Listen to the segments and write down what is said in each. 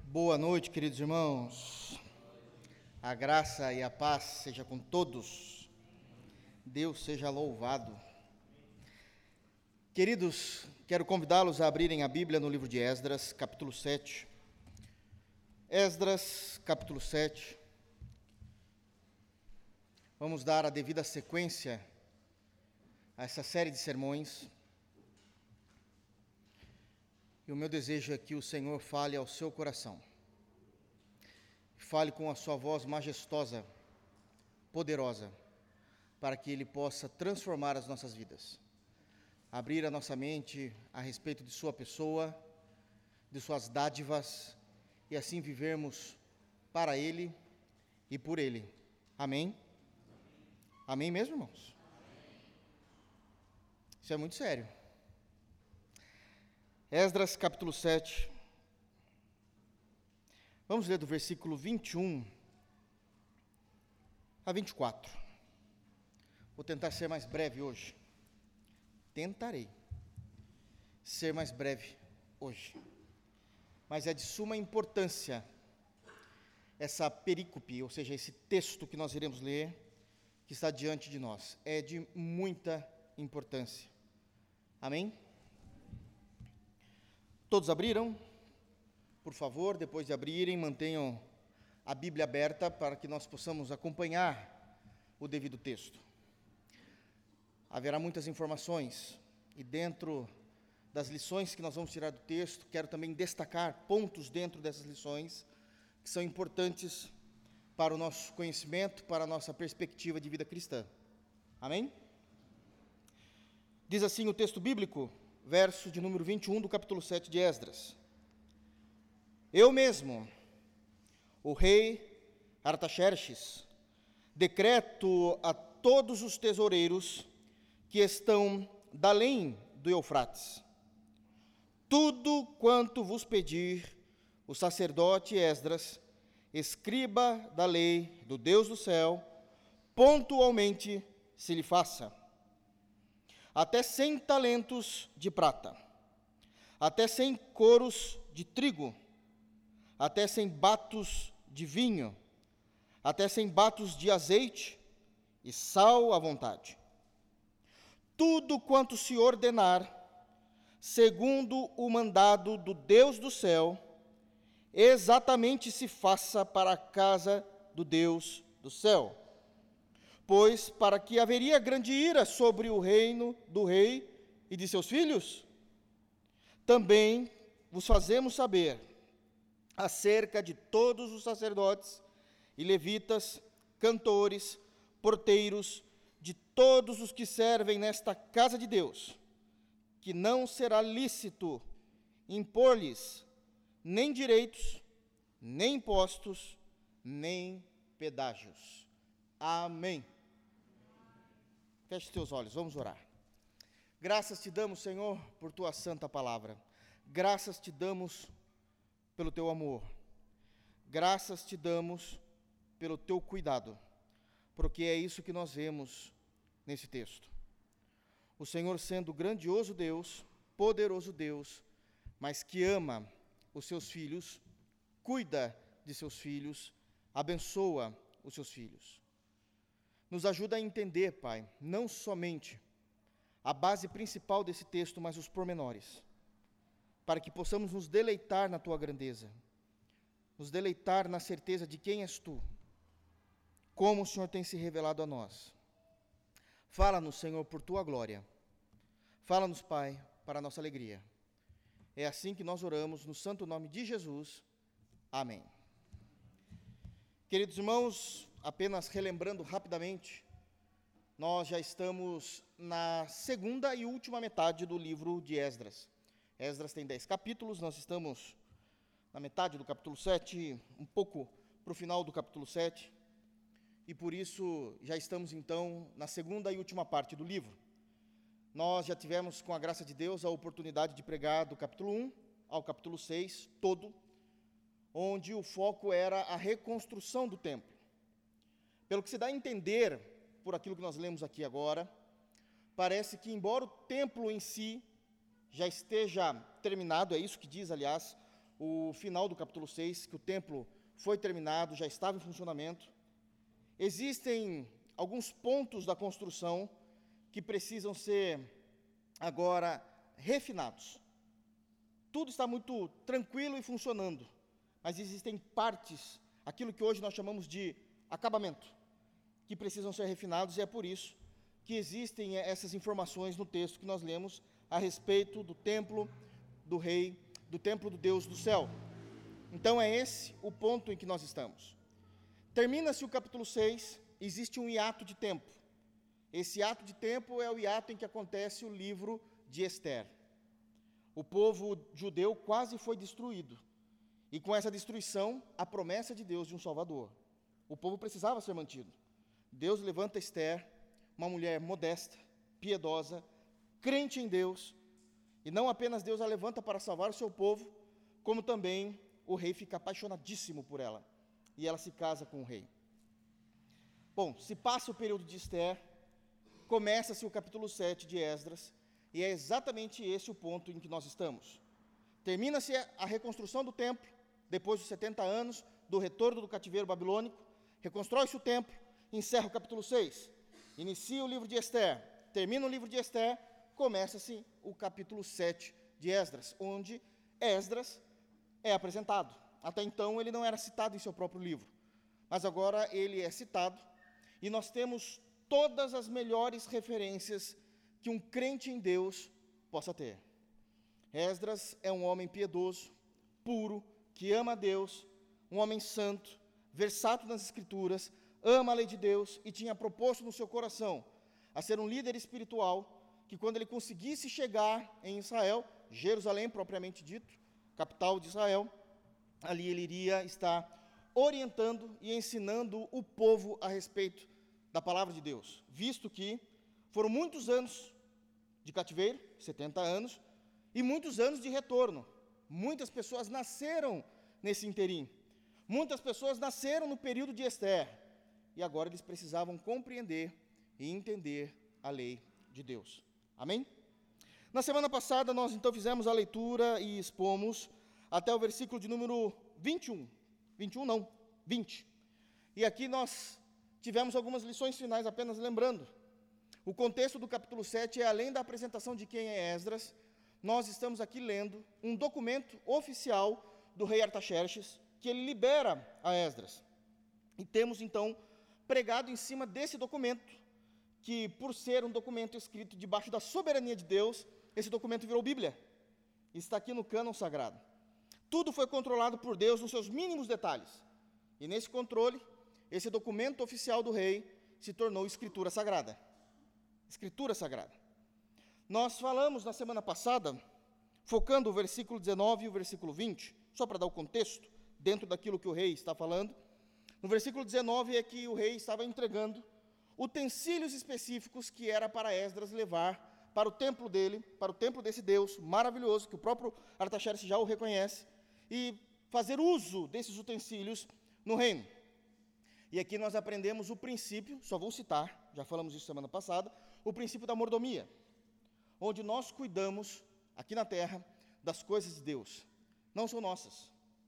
Boa noite, queridos irmãos. A graça e a paz seja com todos. Deus seja louvado. Queridos, quero convidá-los a abrirem a Bíblia no livro de Esdras, capítulo 7. Esdras, capítulo 7. Vamos dar a devida sequência a essa série de sermões. E o meu desejo é que o Senhor fale ao seu coração. Fale com a sua voz majestosa, poderosa, para que Ele possa transformar as nossas vidas. Abrir a nossa mente a respeito de sua pessoa, de suas dádivas, e assim vivermos para Ele e por Ele. Amém? Amém mesmo, irmãos? Isso é muito sério. Esdras, capítulo 7. Vamos ler do versículo 21 a 24. Vou tentar ser mais breve hoje. Tentarei ser mais breve hoje. Mas é de suma importância essa perícope, ou seja, esse texto que nós iremos ler, que está diante de nós. É de muita importância. Amém? Todos abriram? Por favor, depois de abrirem, mantenham a Bíblia aberta para que nós possamos acompanhar o devido texto. Haverá muitas informações e dentro das lições que nós vamos tirar do texto, quero também destacar pontos dentro dessas lições que são importantes para o nosso conhecimento, para a nossa perspectiva de vida cristã. Amém? Diz assim o texto bíblico, verso de número 21 do capítulo 7 de Esdras. Eu mesmo, o rei Artaxerxes, decreto a todos os tesoureiros que estão da além do Eufrates, tudo quanto vos pedir o sacerdote Esdras, escriba da lei do Deus do céu, pontualmente se lhe faça. Até 100 talentos de prata, até 100 coros de trigo, até 100 batos de vinho, até 100 batos de azeite e sal à vontade. Tudo quanto se ordenar, segundo o mandado do Deus do céu, exatamente se faça para a casa do Deus do céu. Pois para que haveria grande ira sobre o reino do rei e de seus filhos, também vos fazemos saber acerca de todos os sacerdotes e levitas, cantores, porteiros, de todos os que servem nesta casa de Deus, que não será lícito impor-lhes nem direitos, nem impostos, nem pedágios. Amém. Feche seus olhos, vamos orar. Graças te damos, Senhor, por tua santa palavra. Graças te damos pelo teu amor. Graças te damos pelo teu cuidado, porque é isso que nós vemos nesse texto. O Senhor sendo grandioso Deus, poderoso Deus, mas que ama os seus filhos, cuida de seus filhos, abençoa os seus filhos. Nos ajuda a entender, Pai, não somente a base principal desse texto, mas os pormenores, para que possamos nos deleitar na Tua grandeza, nos deleitar na certeza de quem és Tu, como o Senhor tem se revelado a nós. Fala-nos, Senhor, por Tua glória. Fala-nos, Pai, para a nossa alegria. É assim que nós oramos, no santo nome de Jesus. Amém. Queridos irmãos, apenas relembrando rapidamente, nós já estamos na segunda e última metade do livro de Esdras. Esdras tem 10 capítulos, nós estamos na metade do capítulo 7, um pouco para o final do capítulo 7, e por isso já estamos então na segunda e última parte do livro. Nós já tivemos, com a graça de Deus, a oportunidade de pregar do capítulo 1 ao capítulo 6, todo, onde o foco era a reconstrução do templo. Pelo que se dá a entender, por aquilo que nós lemos aqui agora, parece que, embora o templo em si já esteja terminado, é isso que diz, aliás, o final do capítulo 6, que o templo foi terminado, já estava em funcionamento. Existem alguns pontos da construção que precisam ser agora refinados. Tudo está muito tranquilo e funcionando, mas existem partes, aquilo que hoje nós chamamos de acabamento, que precisam ser refinados, e é por isso que existem essas informações no texto que nós lemos a respeito do templo do rei, do templo do Deus do céu. Então é esse o ponto em que nós estamos. Termina-se o capítulo 6, existe um hiato de tempo. Esse hiato de tempo é o hiato em que acontece o livro de Ester. O povo judeu quase foi destruído, e com essa destruição, a promessa de Deus de um Salvador. O povo precisava ser mantido. Deus levanta Ester, uma mulher modesta, piedosa, crente em Deus, e não apenas Deus a levanta para salvar o seu povo, como também o rei fica apaixonadíssimo por ela, e ela se casa com o rei. Bom, se passa o período de Ester, começa-se o capítulo 7 de Esdras, e é exatamente esse o ponto em que nós estamos. Termina-se a reconstrução do templo, depois dos 70 anos do retorno do cativeiro babilônico, reconstrói-se o templo, encerra o capítulo 6, inicia o livro de Ester, termina o livro de Ester, começa-se o capítulo 7 de Esdras, onde Esdras é apresentado. Até então ele não era citado em seu próprio livro, mas agora ele é citado, e nós temos todas as melhores referências que um crente em Deus possa ter. Esdras é um homem piedoso, puro, que ama a Deus, um homem santo, versátil nas Escrituras, ama a lei de Deus e tinha proposto no seu coração a ser um líder espiritual, que quando ele conseguisse chegar em Israel, Jerusalém propriamente dito, capital de Israel, ali ele iria estar orientando e ensinando o povo a respeito da palavra de Deus, visto que foram muitos anos de cativeiro, 70 anos, e muitos anos de retorno. Muitas pessoas nasceram nesse interim. Muitas pessoas nasceram no período de Ester. E agora eles precisavam compreender e entender a lei de Deus. Amém? Na semana passada nós então fizemos a leitura e expomos até o versículo de número 21. 21 não, 20. E aqui nós tivemos algumas lições finais, apenas lembrando. O contexto do capítulo 7 é, além da apresentação de quem é Esdras, nós estamos aqui lendo um documento oficial do rei Artaxerxes, que ele libera a Esdras. E temos, então, pregado em cima desse documento, que, por ser um documento escrito debaixo da soberania de Deus, esse documento virou Bíblia. Está aqui no cânon sagrado. Tudo foi controlado por Deus nos seus mínimos detalhes. E nesse controle, esse documento oficial do rei se tornou Escritura Sagrada. Escritura Sagrada. Nós falamos na semana passada, focando o versículo 19 e o versículo 20, só para dar o contexto, dentro daquilo que o rei está falando. No versículo 19 é que o rei estava entregando utensílios específicos que era para Esdras levar para o templo dele, para o templo desse Deus maravilhoso, que o próprio Artaxerxes já o reconhece, e fazer uso desses utensílios no reino. E aqui nós aprendemos o princípio, só vou citar, já falamos isso semana passada, o princípio da mordomia, onde nós cuidamos, aqui na terra, das coisas de Deus. Não são nossas,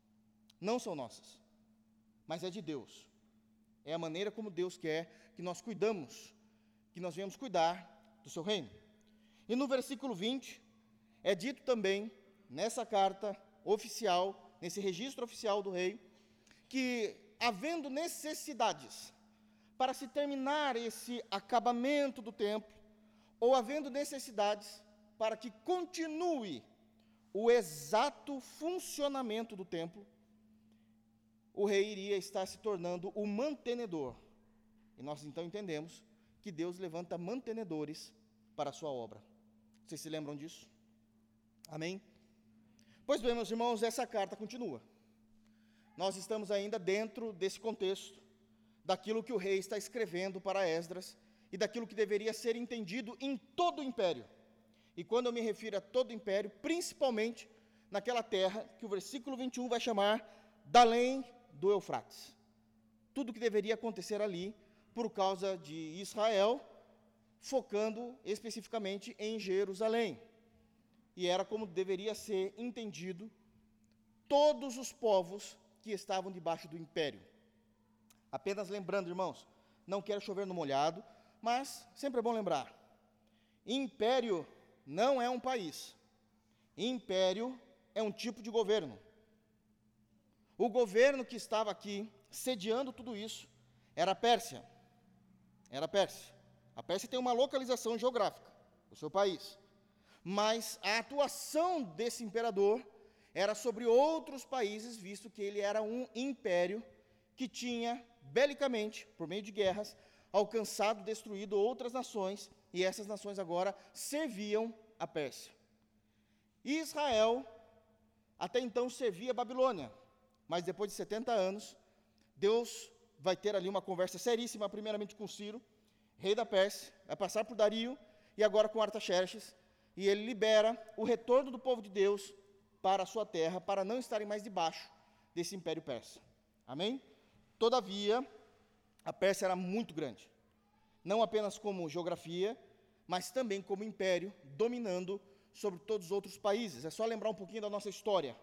mas é de Deus. É a maneira como Deus quer que nós cuidamos, que nós venhamos cuidar do seu reino. E no versículo 20, é dito também, nessa carta oficial, nesse registro oficial do rei, que havendo necessidades para se terminar esse acabamento do templo, ou havendo necessidades para que continue o exato funcionamento do templo, o rei iria estar se tornando o mantenedor. E nós então entendemos que Deus levanta mantenedores para a sua obra. Vocês se lembram disso? Amém? Pois bem, meus irmãos, essa carta continua. Nós estamos ainda dentro desse contexto, daquilo que o rei está escrevendo para Esdras, e daquilo que deveria ser entendido em todo o império. E quando eu me refiro a todo o império, principalmente naquela terra que o versículo 21 vai chamar da além do Eufrates. Tudo que deveria acontecer ali por causa de Israel, focando especificamente em Jerusalém. E era como deveria ser entendido todos os povos que estavam debaixo do império. Apenas lembrando, irmãos, não quero chover no molhado, mas sempre é bom lembrar. Império não é um país. Império é um tipo de governo. O governo que estava aqui, sediando tudo isso, era a Pérsia. Era a Pérsia. A Pérsia tem uma localização geográfica, o seu país. Mas a atuação desse imperador era sobre outros países, visto que ele era um império que tinha, belicamente, por meio de guerras, alcançado, destruído outras nações, e essas nações agora serviam a Pérsia. Israel, até então, servia a Babilônia, mas depois de 70 anos, Deus vai ter ali uma conversa seríssima, primeiramente com Ciro, rei da Pérsia, vai passar por Dario, e agora com Artaxerxes, e ele libera o retorno do povo de Deus para a sua terra, para não estarem mais debaixo desse império persa. Amém? Todavia, a Pérsia era muito grande, não apenas como geografia, mas também como império, dominando sobre todos os outros países. É só lembrar um pouquinho da nossa história.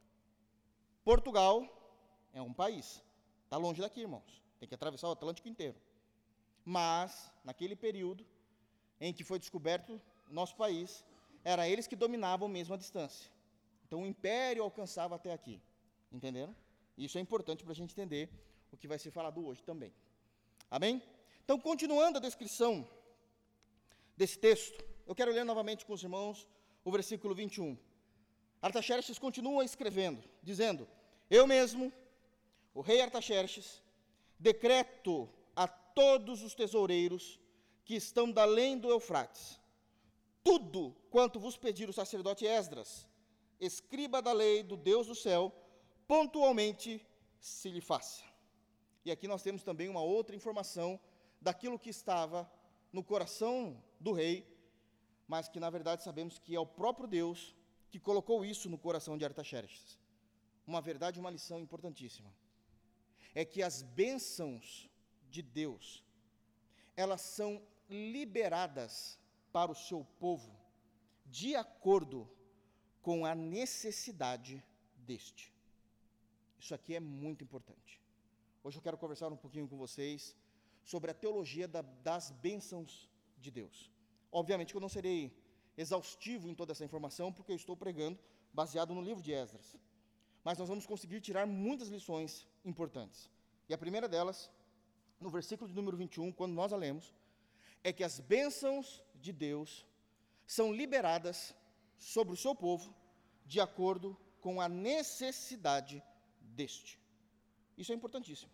Portugal é um país, está longe daqui, irmãos, tem que atravessar o Atlântico inteiro. Mas, naquele período em que foi descoberto o nosso país, era eles que dominavam mesmo a distância. Então, o império alcançava até aqui, entenderam? Isso é importante para a gente entender o que vai ser falado hoje também. Amém? Então, continuando a descrição desse texto, eu quero ler novamente com os irmãos o versículo 21. Artaxerxes continua escrevendo, dizendo: eu mesmo, o rei Artaxerxes, decreto a todos os tesoureiros que estão da além do Eufrates, tudo quanto vos pedir o sacerdote Esdras, escriba da lei do Deus do céu, pontualmente se lhe faça. E aqui nós temos também uma outra informação daquilo que estava no coração do rei, mas que na verdade sabemos que é o próprio Deus que colocou isso no coração de Artaxerxes. Uma verdade e uma lição importantíssima é que as bênçãos de Deus, elas são liberadas para o seu povo de acordo com a necessidade deste. Isso aqui é muito importante. Hoje eu quero conversar um pouquinho com vocês sobre a teologia das bênçãos de Deus. Obviamente que eu não serei exaustivo em toda essa informação, porque eu estou pregando baseado no livro de Esdras. Mas nós vamos conseguir tirar muitas lições importantes. E a primeira delas, no versículo de número 21, quando nós a lemos, é que as bênçãos de Deus são liberadas sobre o seu povo de acordo com a necessidade deste. Isso é importantíssimo.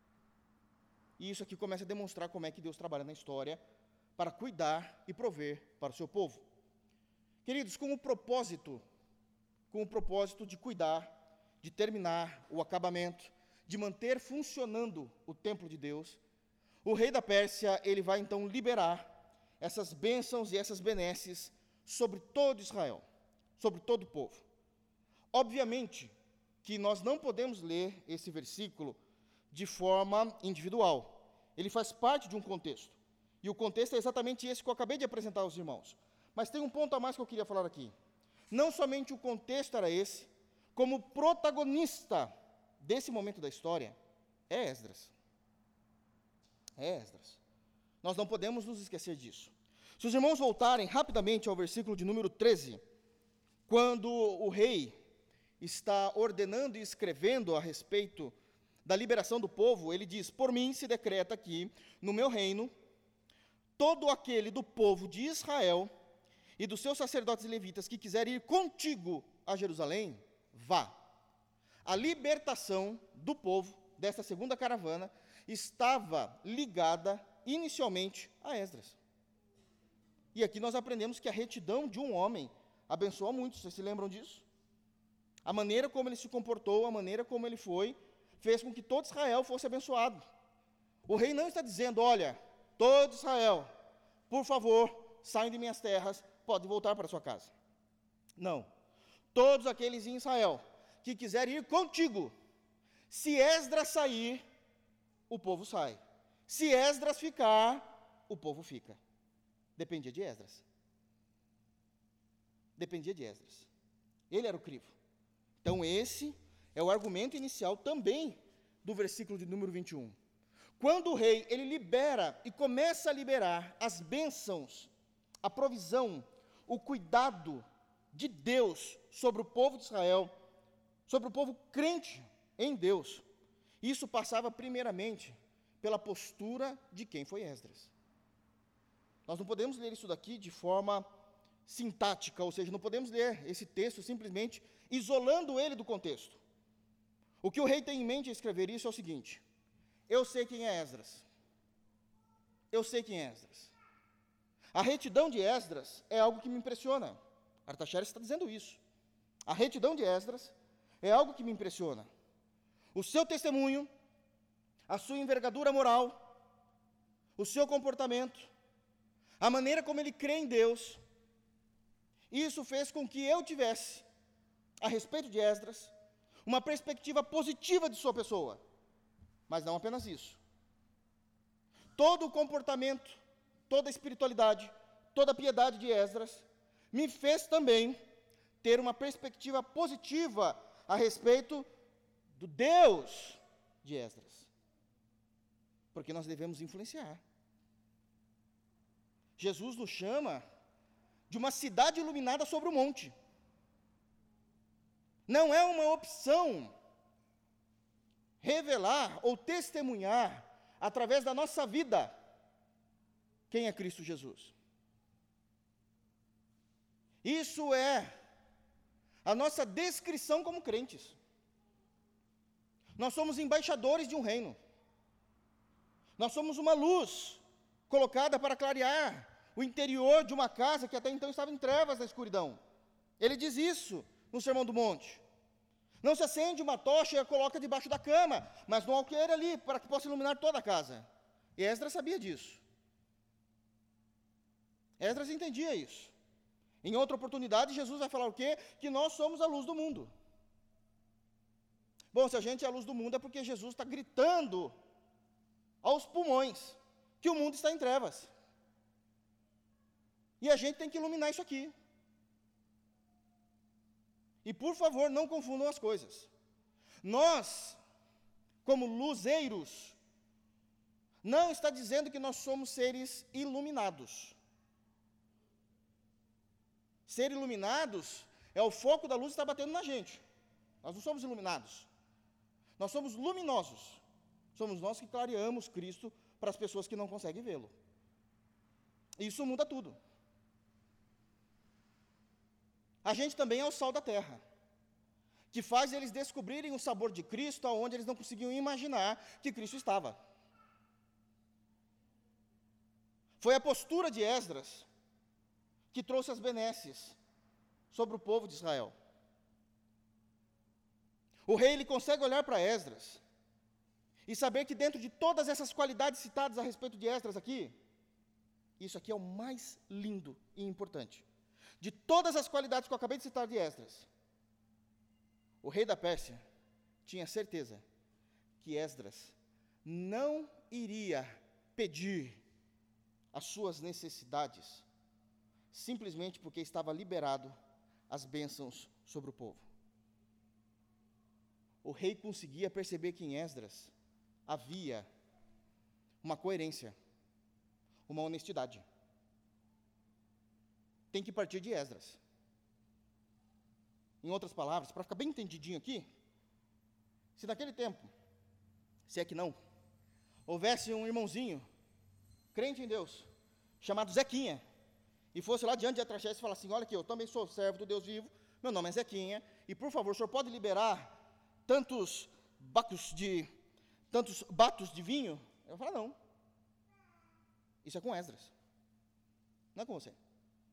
E isso aqui começa a demonstrar como é que Deus trabalha na história para cuidar e prover para o seu povo. Queridos, com o propósito de cuidar, de terminar o acabamento, de manter funcionando o templo de Deus, o rei da Pérsia, ele vai então liberar essas bênçãos e essas benesses sobre todo Israel, sobre todo o povo. Obviamente que nós não podemos ler esse versículo de forma individual. Ele faz parte de um contexto. E o contexto é exatamente esse que eu acabei de apresentar aos irmãos. Mas tem um ponto a mais que eu queria falar aqui. Não somente o contexto era esse, como protagonista desse momento da história é Esdras. É Esdras. Nós não podemos nos esquecer disso. Se os irmãos voltarem rapidamente ao versículo de número 13, quando o rei está ordenando e escrevendo a respeito da liberação do povo, ele diz: por mim se decreta aqui, no meu reino, todo aquele do povo de Israel e dos seus sacerdotes e levitas que quiser ir contigo a Jerusalém, vá. A libertação do povo, desta segunda caravana, estava ligada inicialmente a Esdras. E aqui nós aprendemos que a retidão de um homem abençoa muito, vocês se lembram disso? A maneira como ele se comportou, a maneira como ele foi, fez com que todo Israel fosse abençoado. O rei não está dizendo: olha, todo Israel, por favor, saiam de minhas terras, podem voltar para sua casa. Não. Todos aqueles em Israel que quiserem ir contigo, se Esdras sair, o povo sai. Se Esdras ficar, o povo fica. Dependia de Esdras. Dependia de Esdras. Ele era o crivo. Então esse É o argumento inicial também do versículo de número 21. Quando o rei, ele libera e começa a liberar as bênçãos, a provisão, o cuidado de Deus sobre o povo de Israel, sobre o povo crente em Deus, isso passava primeiramente pela postura de quem foi Esdras. Nós não podemos ler isso daqui de forma sintática, ou seja, não podemos ler esse texto simplesmente isolando ele do contexto. O que o rei tem em mente ao escrever isso é o seguinte: eu sei quem é Esdras. Eu sei quem é Esdras. A retidão de Esdras é algo que me impressiona. Artaxerxes está dizendo isso. A retidão de Esdras é algo que me impressiona. O seu testemunho, a sua envergadura moral, o seu comportamento, a maneira como ele crê em Deus, isso fez com que eu tivesse, a respeito de Esdras, uma perspectiva positiva de sua pessoa. Mas não apenas isso. Todo o comportamento, toda a espiritualidade, toda a piedade de Esdras me fez também ter uma perspectiva positiva a respeito do Deus de Esdras. Porque nós devemos influenciar. Jesus nos chama de uma cidade iluminada sobre o monte. Não é uma opção revelar ou testemunhar através da nossa vida quem é Cristo Jesus. Isso é a nossa descrição como crentes. Nós somos embaixadores de um reino. Nós somos uma luz colocada para clarear o interior de uma casa que até então estava em trevas na escuridão. Ele diz isso no Sermão do Monte. Não se acende uma tocha e a coloca debaixo da cama, mas no alqueire ali, para que possa iluminar toda a casa. E Esdras sabia disso. Esdras entendia isso. Em outra oportunidade, Jesus vai falar o quê? Que nós somos a luz do mundo. Bom, se a gente é a luz do mundo, é porque Jesus está gritando aos pulmões que o mundo está em trevas. E a gente tem que iluminar isso aqui. E, por favor, não confundam as coisas. Nós, como luzeiros, não está dizendo que nós somos seres iluminados. Ser iluminados é o foco da luz que está batendo na gente. Nós não somos iluminados. Nós somos luminosos. Somos nós que clareamos Cristo para as pessoas que não conseguem vê-lo. Isso muda tudo. A gente também é o sal da terra, que faz eles descobrirem o sabor de Cristo aonde eles não conseguiam imaginar que Cristo estava. Foi a postura de Esdras que trouxe as benesses sobre o povo de Israel. O rei, ele consegue olhar para Esdras e saber que dentro de todas essas qualidades citadas a respeito de Esdras aqui, isso aqui é o mais lindo e importante. De todas as qualidades que eu acabei de citar de Esdras, o rei da Pérsia tinha certeza que Esdras não iria pedir as suas necessidades simplesmente porque estava liberado as bênçãos sobre o povo. O rei conseguia perceber que em Esdras havia uma coerência, uma honestidade. Tem que partir de Esdras. Em outras palavras, para ficar bem entendidinho aqui, se naquele tempo, se é que não, houvesse um irmãozinho, crente em Deus, chamado Zequinha, e fosse lá diante de Artaxerxes e falasse assim: olha aqui, eu também sou servo do Deus vivo, meu nome é Zequinha, e por favor, o senhor pode liberar tantos batos de vinho? Eu falo: não, isso é com Esdras, não é com você.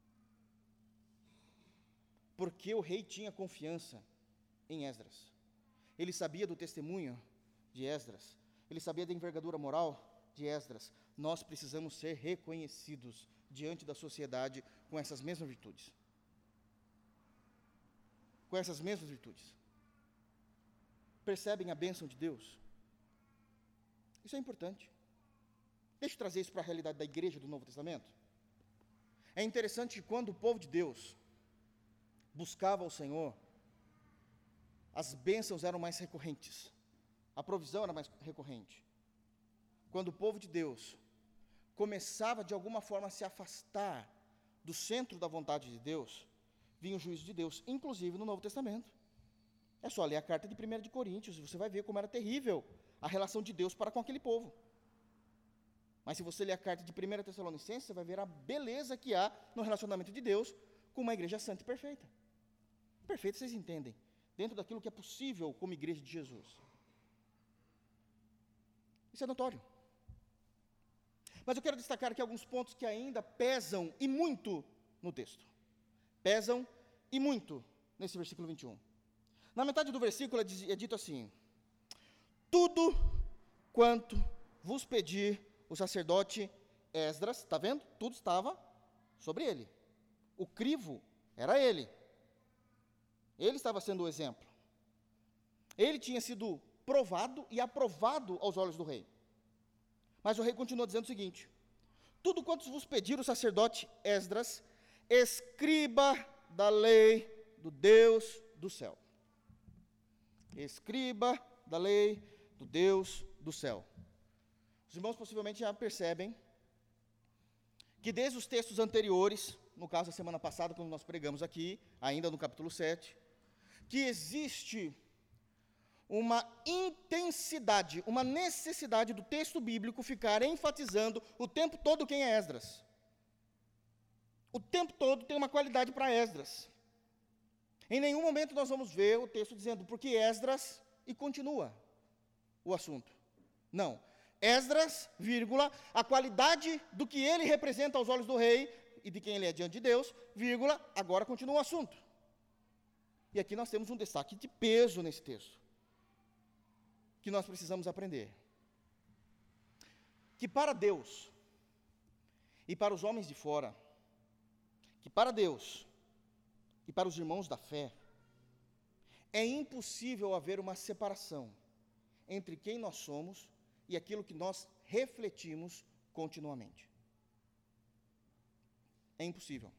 Porque o rei tinha confiança em Esdras. Ele sabia do testemunho de Esdras. Ele sabia da envergadura moral de Esdras. Nós precisamos ser reconhecidos diante da sociedade com essas mesmas virtudes. Com essas mesmas virtudes. Percebem a bênção de Deus? Isso é importante. Deixa eu trazer isso para a realidade da igreja do Novo Testamento. É interessante que quando o povo de Deus buscava o Senhor, as bênçãos eram mais recorrentes, a provisão era mais recorrente. Quando o povo de Deus começava de alguma forma a se afastar do centro da vontade de Deus, vinha o juízo de Deus, inclusive no Novo Testamento. É só ler a carta de 1 de Coríntios, você vai ver como era terrível a relação de Deus para com aquele povo. Mas se você ler a carta de 1 Tessalonicenses, você vai ver a beleza que há no relacionamento de Deus com uma igreja santa e perfeita. Perfeita, vocês entendem, dentro daquilo que é possível como igreja de Jesus. Isso é notório. Mas eu quero destacar aqui alguns pontos que ainda pesam e muito no texto. Pesam e muito nesse versículo 21. Na metade do versículo é dito assim: tudo quanto vos pedir o sacerdote Esdras, está vendo? Tudo estava sobre ele. O crivo era ele. Ele estava sendo o exemplo. Ele tinha sido provado e aprovado aos olhos do rei. Mas o rei continua dizendo o seguinte: tudo quanto vos pedir o sacerdote Esdras, escriba da lei do Deus do céu. Escriba da lei do Deus do céu. Os irmãos possivelmente já percebem que desde os textos anteriores, no caso da semana passada, quando nós pregamos aqui, ainda no capítulo 7, que existe uma intensidade, uma necessidade do texto bíblico ficar enfatizando o tempo todo quem é Esdras. O tempo todo tem uma qualidade para Esdras. Em nenhum momento nós vamos ver o texto dizendo, porque Esdras, e continua o assunto. Não. Esdras, vírgula, a qualidade do que ele representa aos olhos do rei e de quem ele é diante de Deus, vírgula, agora continua o assunto. E aqui nós temos um destaque de peso nesse texto, que nós precisamos aprender. Que para Deus e para os homens de fora, que para Deus e para os irmãos da fé, é impossível haver uma separação entre quem nós somos e aquilo que nós refletimos continuamente. É impossível.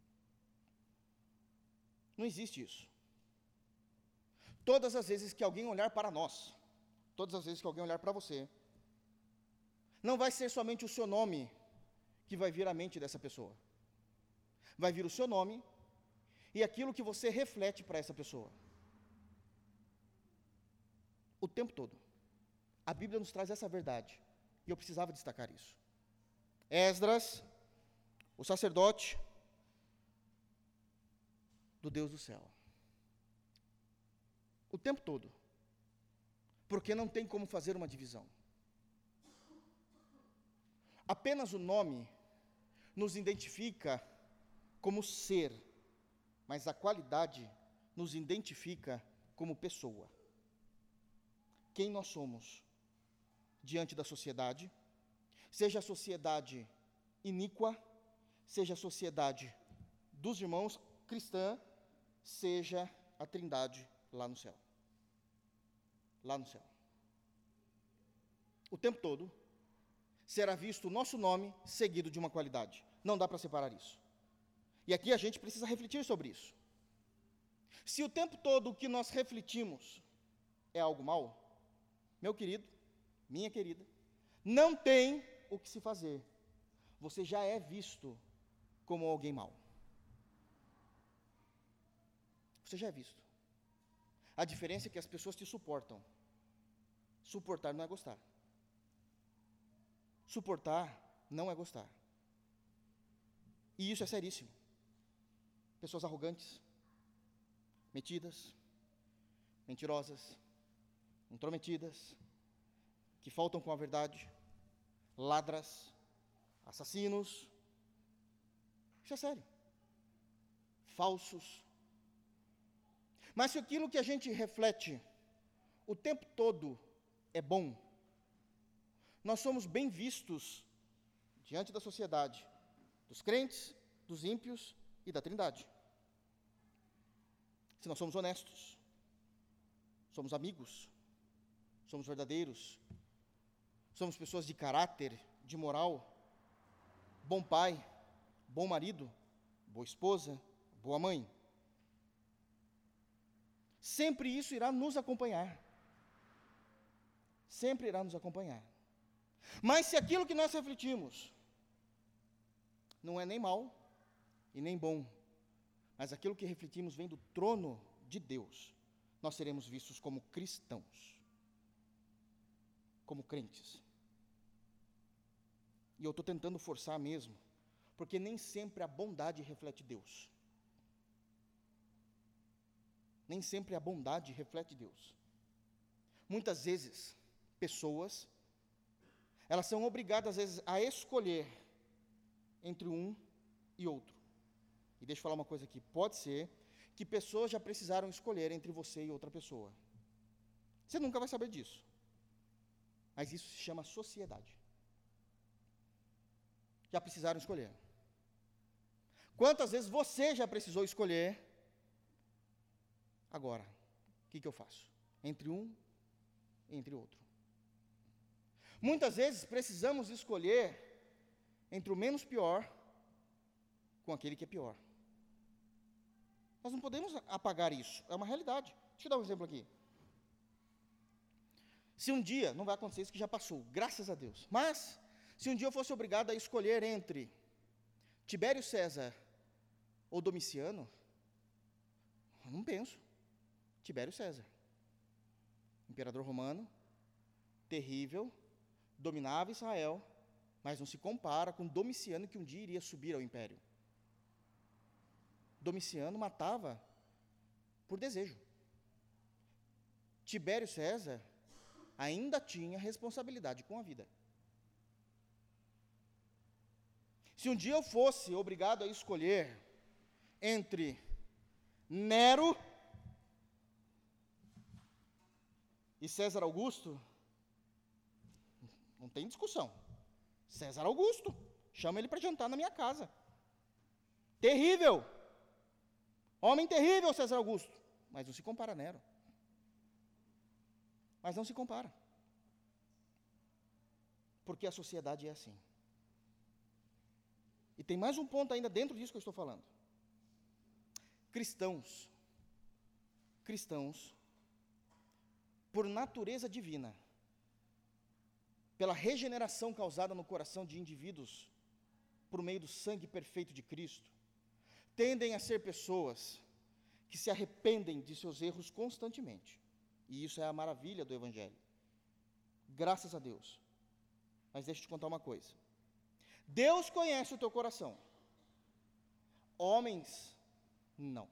Não existe isso. Todas as vezes que alguém olhar para nós, todas as vezes que alguém olhar para você, não vai ser somente o seu nome que vai vir à mente dessa pessoa. Vai vir o seu nome e aquilo que você reflete para essa pessoa. O tempo todo. A Bíblia nos traz essa verdade, e eu precisava destacar isso. Esdras, o sacerdote do Deus do céu. O tempo todo. Porque não tem como fazer uma divisão. Apenas o nome nos identifica como ser, mas a qualidade nos identifica como pessoa. Quem nós somos diante da sociedade, seja a sociedade iníqua, seja a sociedade dos irmãos cristã, seja a trindade lá no céu. Lá no céu. O tempo todo será visto o nosso nome seguido de uma qualidade. Não dá para separar isso. E aqui a gente precisa refletir sobre isso. Se o tempo todo o que nós refletimos é algo mau, meu querido, minha querida, não tem o que se fazer. Você já é visto como alguém mau. Você já é visto. A diferença é que as pessoas te suportam. Suportar não é gostar. Suportar não é gostar. E isso é seríssimo. Pessoas arrogantes, metidas, mentirosas, intrometidas, que faltam com a verdade, ladras, assassinos. Isso é sério. Falsos. Mas se aquilo que a gente reflete o tempo todo é bom, nós somos bem vistos diante da sociedade, dos crentes, dos ímpios e da trindade. Se nós somos honestos, somos amigos, somos verdadeiros, somos pessoas de caráter, de moral, bom pai, bom marido, boa esposa, boa mãe. sempre isso irá nos acompanhar. Sempre irá nos acompanhar. Mas se aquilo que nós refletimos não é nem mal e nem bom, mas aquilo que refletimos vem do trono de Deus, nós seremos vistos como cristãos, como crentes. E eu estou tentando forçar mesmo, porque nem sempre a bondade reflete Deus. Nem sempre a bondade reflete Deus. Muitas vezes, pessoas, elas são obrigadas, às vezes, a escolher entre um e outro. E deixa eu falar uma coisa aqui, pode ser que pessoas já precisaram escolher entre você e outra pessoa. Você nunca vai saber disso. Mas isso se chama sociedade. Já precisaram escolher. Quantas vezes você já precisou escolher? Agora, o que eu faço? Entre um e entre outro. Muitas vezes precisamos escolher entre o menos pior com aquele que é pior. Nós não podemos apagar isso, é uma realidade. Deixa eu dar um exemplo aqui. Se um dia, não vai acontecer isso que já passou, graças a Deus, mas se um dia eu fosse obrigado a escolher entre Tibério César ou Domiciano, eu não penso. Tibério César, imperador romano, terrível, dominava Israel, mas não se compara com Domiciano, que um dia iria subir ao império. Domiciano matava por desejo. Tibério César ainda tinha responsabilidade com a vida. Se um dia eu fosse obrigado a escolher entre Nero e César Augusto, não tem discussão. César Augusto, chama ele para jantar na minha casa. Terrível. Homem terrível, César Augusto. Mas não se compara a Nero. Mas não se compara. Porque a sociedade é assim. E tem mais um ponto ainda dentro disso que eu estou falando. Cristãos, por natureza divina, pela regeneração causada no coração de indivíduos, por meio do sangue perfeito de Cristo, tendem a ser pessoas que se arrependem de seus erros constantemente. E isso é a maravilha do Evangelho. Graças a Deus. Mas deixa eu te contar uma coisa. Deus conhece o teu coração. Homens, não.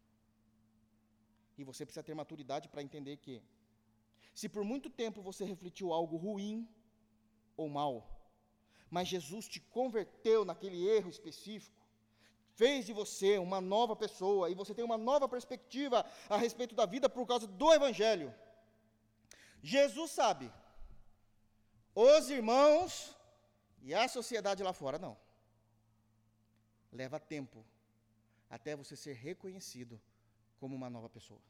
E você precisa ter maturidade para entender que, se por muito tempo você refletiu algo ruim ou mal, mas Jesus te converteu naquele erro específico, fez de você uma nova pessoa, e você tem uma nova perspectiva a respeito da vida por causa do Evangelho. Jesus sabe, os irmãos e a sociedade lá fora, não. Leva tempo até você ser reconhecido como uma nova pessoa.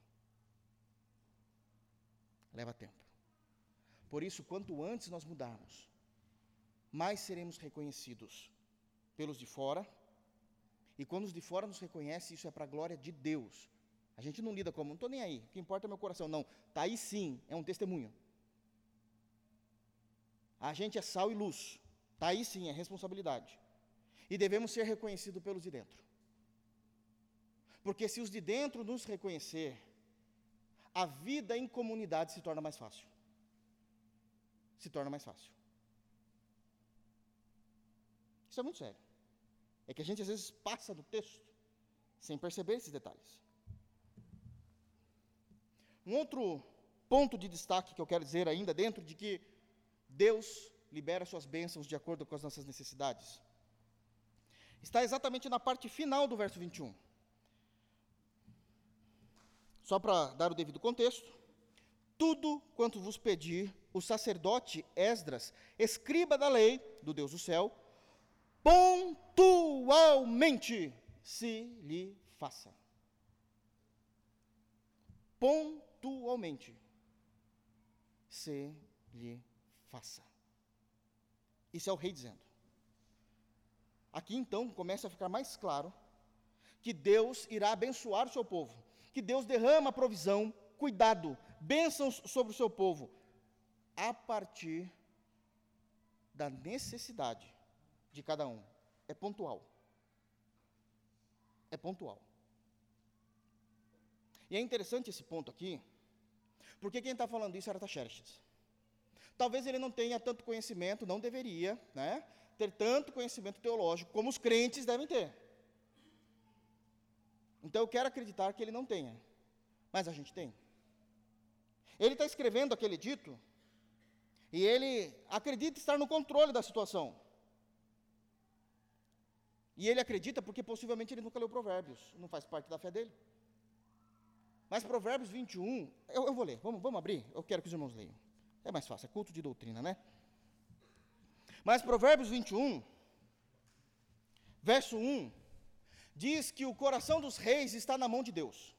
Leva tempo. Por isso, quanto antes nós mudarmos, mais seremos reconhecidos pelos de fora. E quando os de fora nos reconhecem, isso é para a glória de Deus. A gente não lida como, não estou nem aí, o que importa é meu coração. Não, está aí sim, é um testemunho. A gente é sal e luz. Está aí sim, é responsabilidade. E devemos ser reconhecidos pelos de dentro. Porque se os de dentro nos reconhecer, a vida em comunidade se torna mais fácil. Se torna mais fácil. Isso é muito sério. É que a gente às vezes passa do texto sem perceber esses detalhes. Um outro ponto de destaque que eu quero dizer ainda, dentro de que Deus libera suas bênçãos de acordo com as nossas necessidades, está exatamente na parte final do verso 21. Só para dar o devido contexto: tudo quanto vos pedir o sacerdote Esdras, escriba da lei do Deus do céu, pontualmente se lhe faça. Pontualmente se lhe faça. Isso é o rei dizendo. Aqui então começa a ficar mais claro que Deus irá abençoar o seu povo. que Deus derrama provisão, cuidado, bênçãos sobre o seu povo, a partir da necessidade de cada um. É pontual. É pontual. E é interessante esse ponto aqui, porque quem está falando isso é Artaxerxes. Talvez ele não tenha tanto conhecimento, não deveria, né, ter tanto conhecimento teológico como os crentes devem ter. Então eu quero acreditar que ele não tenha, mas a gente tem. Ele está escrevendo aquele dito, e ele acredita estar no controle da situação. E ele acredita porque possivelmente ele nunca leu Provérbios, não faz parte da fé dele. Mas Provérbios 21, eu vou ler, vamos abrir, eu quero que os irmãos leiam. É mais fácil, é culto de doutrina, né? Mas Provérbios 21, verso 1, diz que o coração dos reis está na mão de Deus.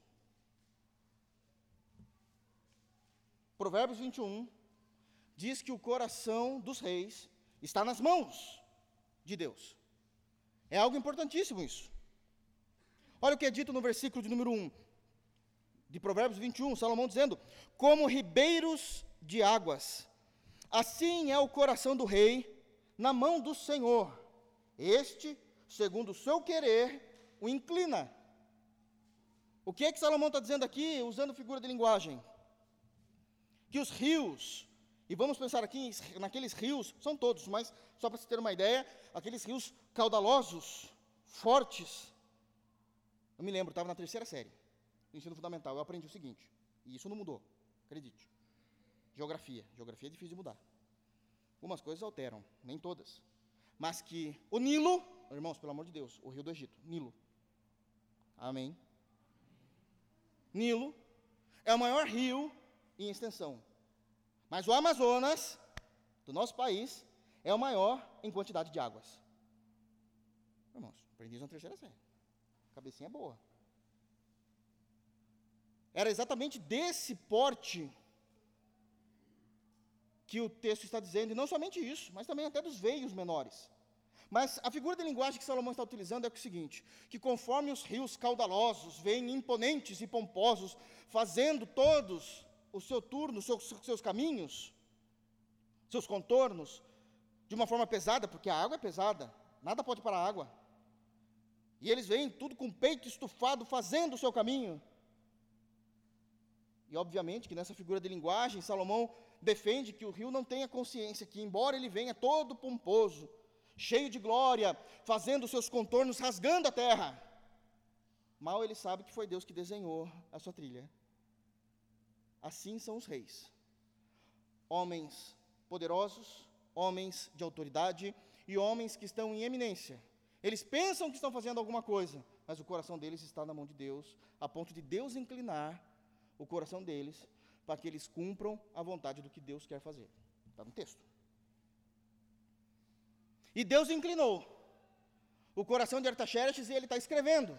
Provérbios 21 diz que o coração dos reis está nas mãos de Deus. É algo importantíssimo isso. Olha o que é dito no versículo de número 1 de Provérbios 21, Salomão dizendo: como ribeiros de águas, assim é o coração do rei na mão do Senhor. Este, segundo o seu querer, o inclina. O que é que Salomão está dizendo aqui, usando figura de linguagem? Que os rios, e vamos pensar aqui naqueles rios, são todos, mas só para você ter uma ideia, aqueles rios caudalosos, fortes. Eu me lembro, estava na 3ª série, do ensino fundamental, eu aprendi o seguinte, e isso não mudou, acredite. Geografia é difícil de mudar. Algumas coisas alteram, nem todas. Mas que o Nilo, irmãos, pelo amor de Deus, o rio do Egito, Nilo. Amém. Nilo é o maior rio em extensão. Mas o Amazonas, do nosso país, é o maior em quantidade de águas. Irmãos, aprendi isso na 3ª série. Cabecinha boa. Era exatamente desse porte que o texto está dizendo, e não somente isso, mas também até dos veios menores. Mas a figura de linguagem que Salomão está utilizando é o seguinte, que conforme os rios caudalosos vêm imponentes e pomposos, fazendo todos o seu turno, seus caminhos, seus contornos, de uma forma pesada, porque a água é pesada, nada pode parar a água. E eles vêm tudo com o peito estufado, fazendo o seu caminho. E obviamente que nessa figura de linguagem, Salomão defende que o rio não tenha consciência, que embora ele venha todo pomposo, cheio de glória, fazendo os seus contornos, rasgando a terra, mal ele sabe que foi Deus que desenhou a sua trilha. Assim são os reis, homens poderosos, homens de autoridade e homens que estão em eminência. Eles pensam que estão fazendo alguma coisa, mas o coração deles está na mão de Deus, a ponto de Deus inclinar o coração deles para que eles cumpram a vontade do que Deus quer fazer. Está no texto. E Deus inclinou o coração de Artaxerxes e ele está escrevendo.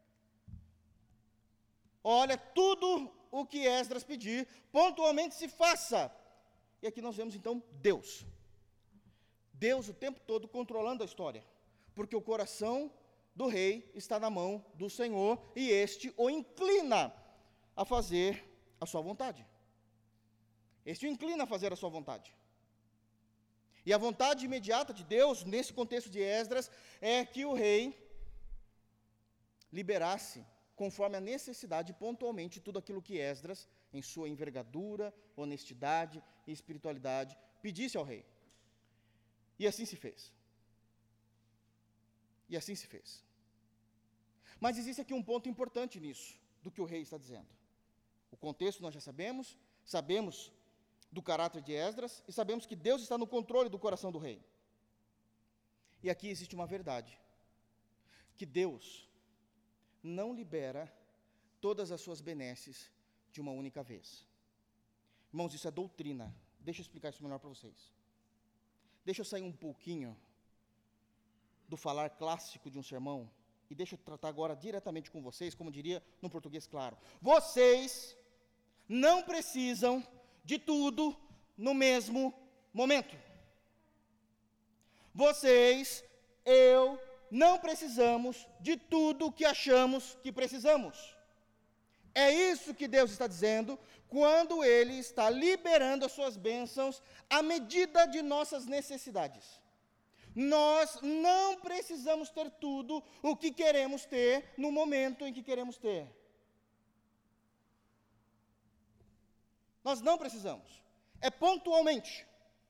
Olha, tudo o que Esdras pedir, pontualmente se faça. E aqui nós vemos então Deus. Deus o tempo todo controlando a história. Porque o coração do rei está na mão do Senhor e este o inclina a fazer a sua vontade. Este o inclina a fazer a sua vontade. E a vontade imediata de Deus, nesse contexto de Esdras, é que o rei liberasse, conforme a necessidade, pontualmente, tudo aquilo que Esdras, em sua envergadura, honestidade e espiritualidade, pedisse ao rei. E assim se fez. E assim se fez. Mas existe aqui um ponto importante nisso, do que o rei está dizendo. O contexto nós já sabemos do caráter de Esdras e sabemos que Deus está no controle do coração do rei. E aqui existe uma verdade, que Deus não libera todas as suas benesses de uma única vez. Irmãos, isso é doutrina. Deixa eu explicar isso melhor para vocês. Deixa eu sair um pouquinho do falar clássico de um sermão e deixa eu tratar agora diretamente com vocês, como diria no português claro. Vocês não precisam de tudo no mesmo momento. Vocês, eu, não precisamos de tudo que achamos que precisamos. É isso que Deus está dizendo quando Ele está liberando as suas bênçãos à medida de nossas necessidades. Nós não precisamos ter tudo o que queremos ter no momento em que queremos ter. Nós não precisamos. É pontualmente.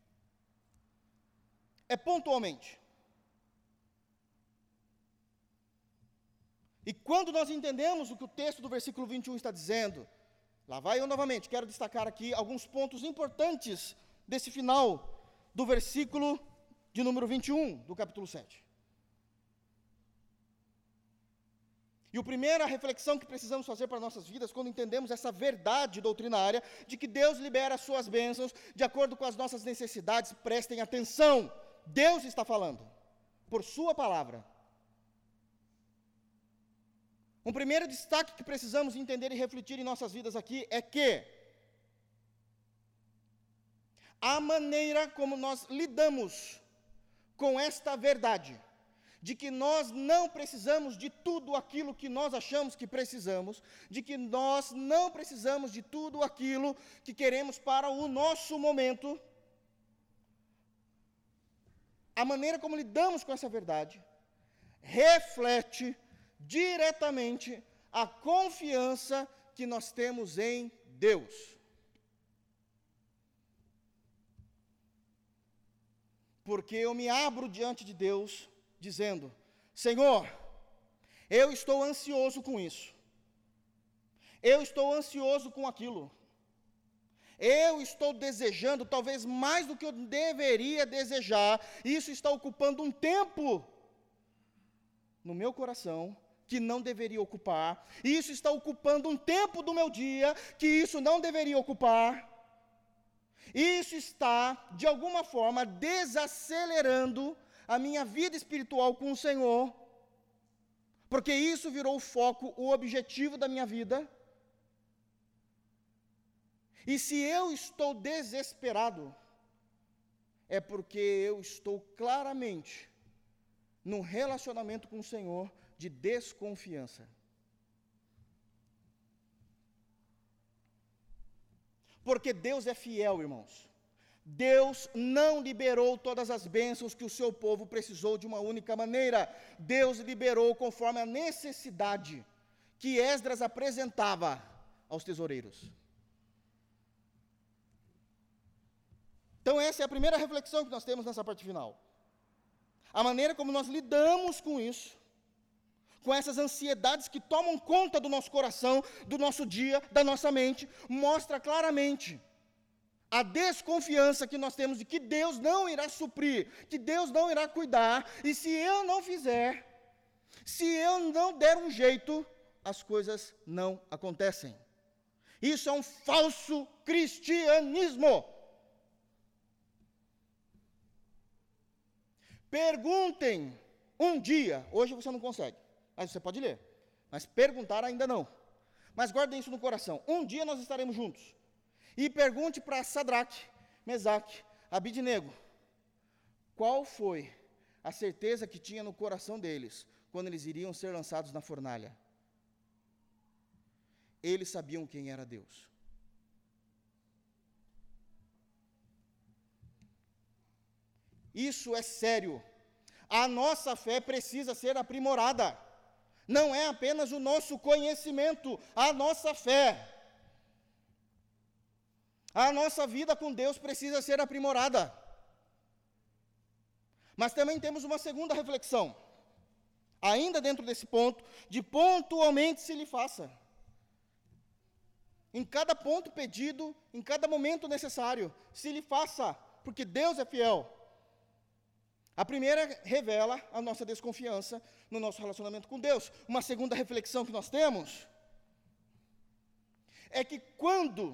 É pontualmente. E quando nós entendemos o que o texto do versículo 21 está dizendo, lá vai eu novamente, quero destacar aqui alguns pontos importantes desse final do versículo de número 21 do capítulo 7. E a primeira reflexão que precisamos fazer para nossas vidas, quando entendemos essa verdade doutrinária, de que Deus libera as suas bênçãos de acordo com as nossas necessidades, prestem atenção, Deus está falando, por sua palavra. Um primeiro destaque que precisamos entender e refletir em nossas vidas aqui é que a maneira como nós lidamos com esta verdade, de que nós não precisamos de tudo aquilo que nós achamos que precisamos, de que nós não precisamos de tudo aquilo que queremos para o nosso momento, a maneira como lidamos com essa verdade reflete diretamente a confiança que nós temos em Deus. Porque eu me abro diante de Deus dizendo: Senhor, eu estou ansioso com isso, eu estou ansioso com aquilo, eu estou desejando talvez mais do que eu deveria desejar, isso está ocupando um tempo no meu coração que não deveria ocupar, isso está ocupando um tempo do meu dia que isso não deveria ocupar, isso está, de alguma forma, desacelerando a minha vida espiritual com o Senhor, porque isso virou o foco, o objetivo da minha vida. E se eu estou desesperado, é porque eu estou claramente num relacionamento com o Senhor de desconfiança. Porque Deus é fiel, irmãos. Deus não liberou todas as bênçãos que o seu povo precisou de uma única maneira. Deus liberou conforme a necessidade que Esdras apresentava aos tesoureiros. Então essa é a primeira reflexão que nós temos nessa parte final. A maneira como nós lidamos com isso, com essas ansiedades que tomam conta do nosso coração, do nosso dia, da nossa mente, mostra claramente a desconfiança que nós temos de que Deus não irá suprir, que Deus não irá cuidar, e se eu não fizer, se eu não der um jeito, as coisas não acontecem. Isso é um falso cristianismo. Perguntem um dia, hoje você não consegue, mas você pode ler, mas perguntar ainda não. Mas guardem isso no coração, um dia nós estaremos juntos. E pergunte para Sadraque, Mesaque, Abidnego, qual foi a certeza que tinha no coração deles, quando eles iriam ser lançados na fornalha? Eles sabiam quem era Deus. Isso é sério. A nossa fé precisa ser aprimorada. Não é apenas o nosso conhecimento, a nossa fé. A nossa vida com Deus precisa ser aprimorada. Mas também temos uma segunda reflexão, ainda dentro desse ponto, de pontualmente se lhe faça. Em cada ponto pedido, em cada momento necessário, se lhe faça, porque Deus é fiel. A primeira revela a nossa desconfiança no nosso relacionamento com Deus. Uma segunda reflexão que nós temos é que quando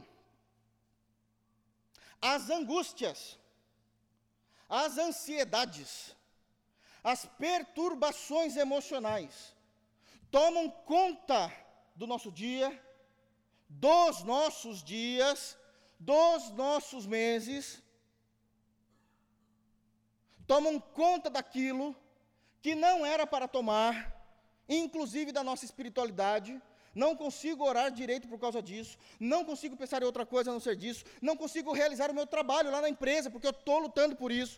as angústias, as ansiedades, as perturbações emocionais tomam conta do nosso dia, dos nossos dias, dos nossos meses, tomam conta daquilo que não era para tomar, inclusive da nossa espiritualidade, não consigo orar direito por causa disso, não consigo pensar em outra coisa a não ser disso, não consigo realizar o meu trabalho lá na empresa, porque eu estou lutando por isso.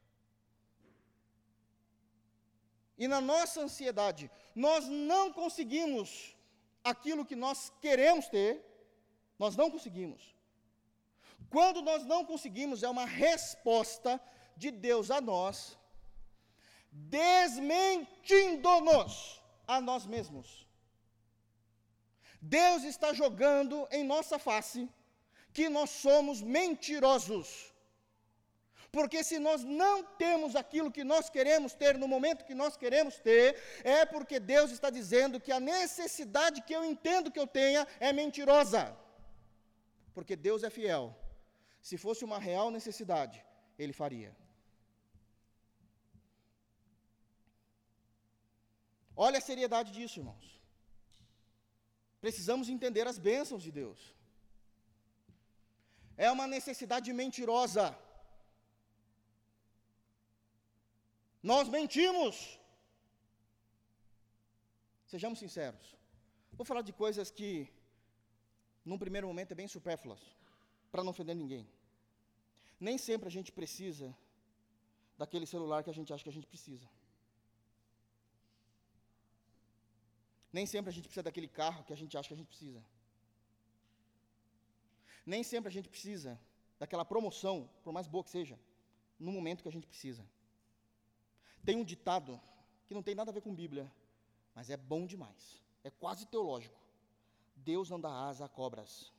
E na nossa ansiedade, nós não conseguimos aquilo que nós queremos ter, nós não conseguimos. Quando nós não conseguimos, é uma resposta de Deus a nós, desmentindo-nos a nós mesmos. Deus está jogando em nossa face que nós somos mentirosos. Porque se nós não temos aquilo que nós queremos ter no momento que nós queremos ter, é porque Deus está dizendo que a necessidade que eu entendo que eu tenha é mentirosa. Porque Deus é fiel. Se fosse uma real necessidade, Ele faria. Olha a seriedade disso, irmãos. Precisamos entender as bênçãos de Deus. É uma necessidade mentirosa. Nós mentimos. Sejamos sinceros. Vou falar de coisas que, num primeiro momento, é bem supérfluas, para não ofender ninguém. Nem sempre a gente precisa daquele celular que a gente acha que a gente precisa. Nem sempre a gente precisa daquele carro que a gente acha que a gente precisa. Nem sempre a gente precisa daquela promoção, por mais boa que seja, no momento que a gente precisa. Tem um ditado que não tem nada a ver com Bíblia, mas é bom demais. É quase teológico. Deus não dá asa a cobras.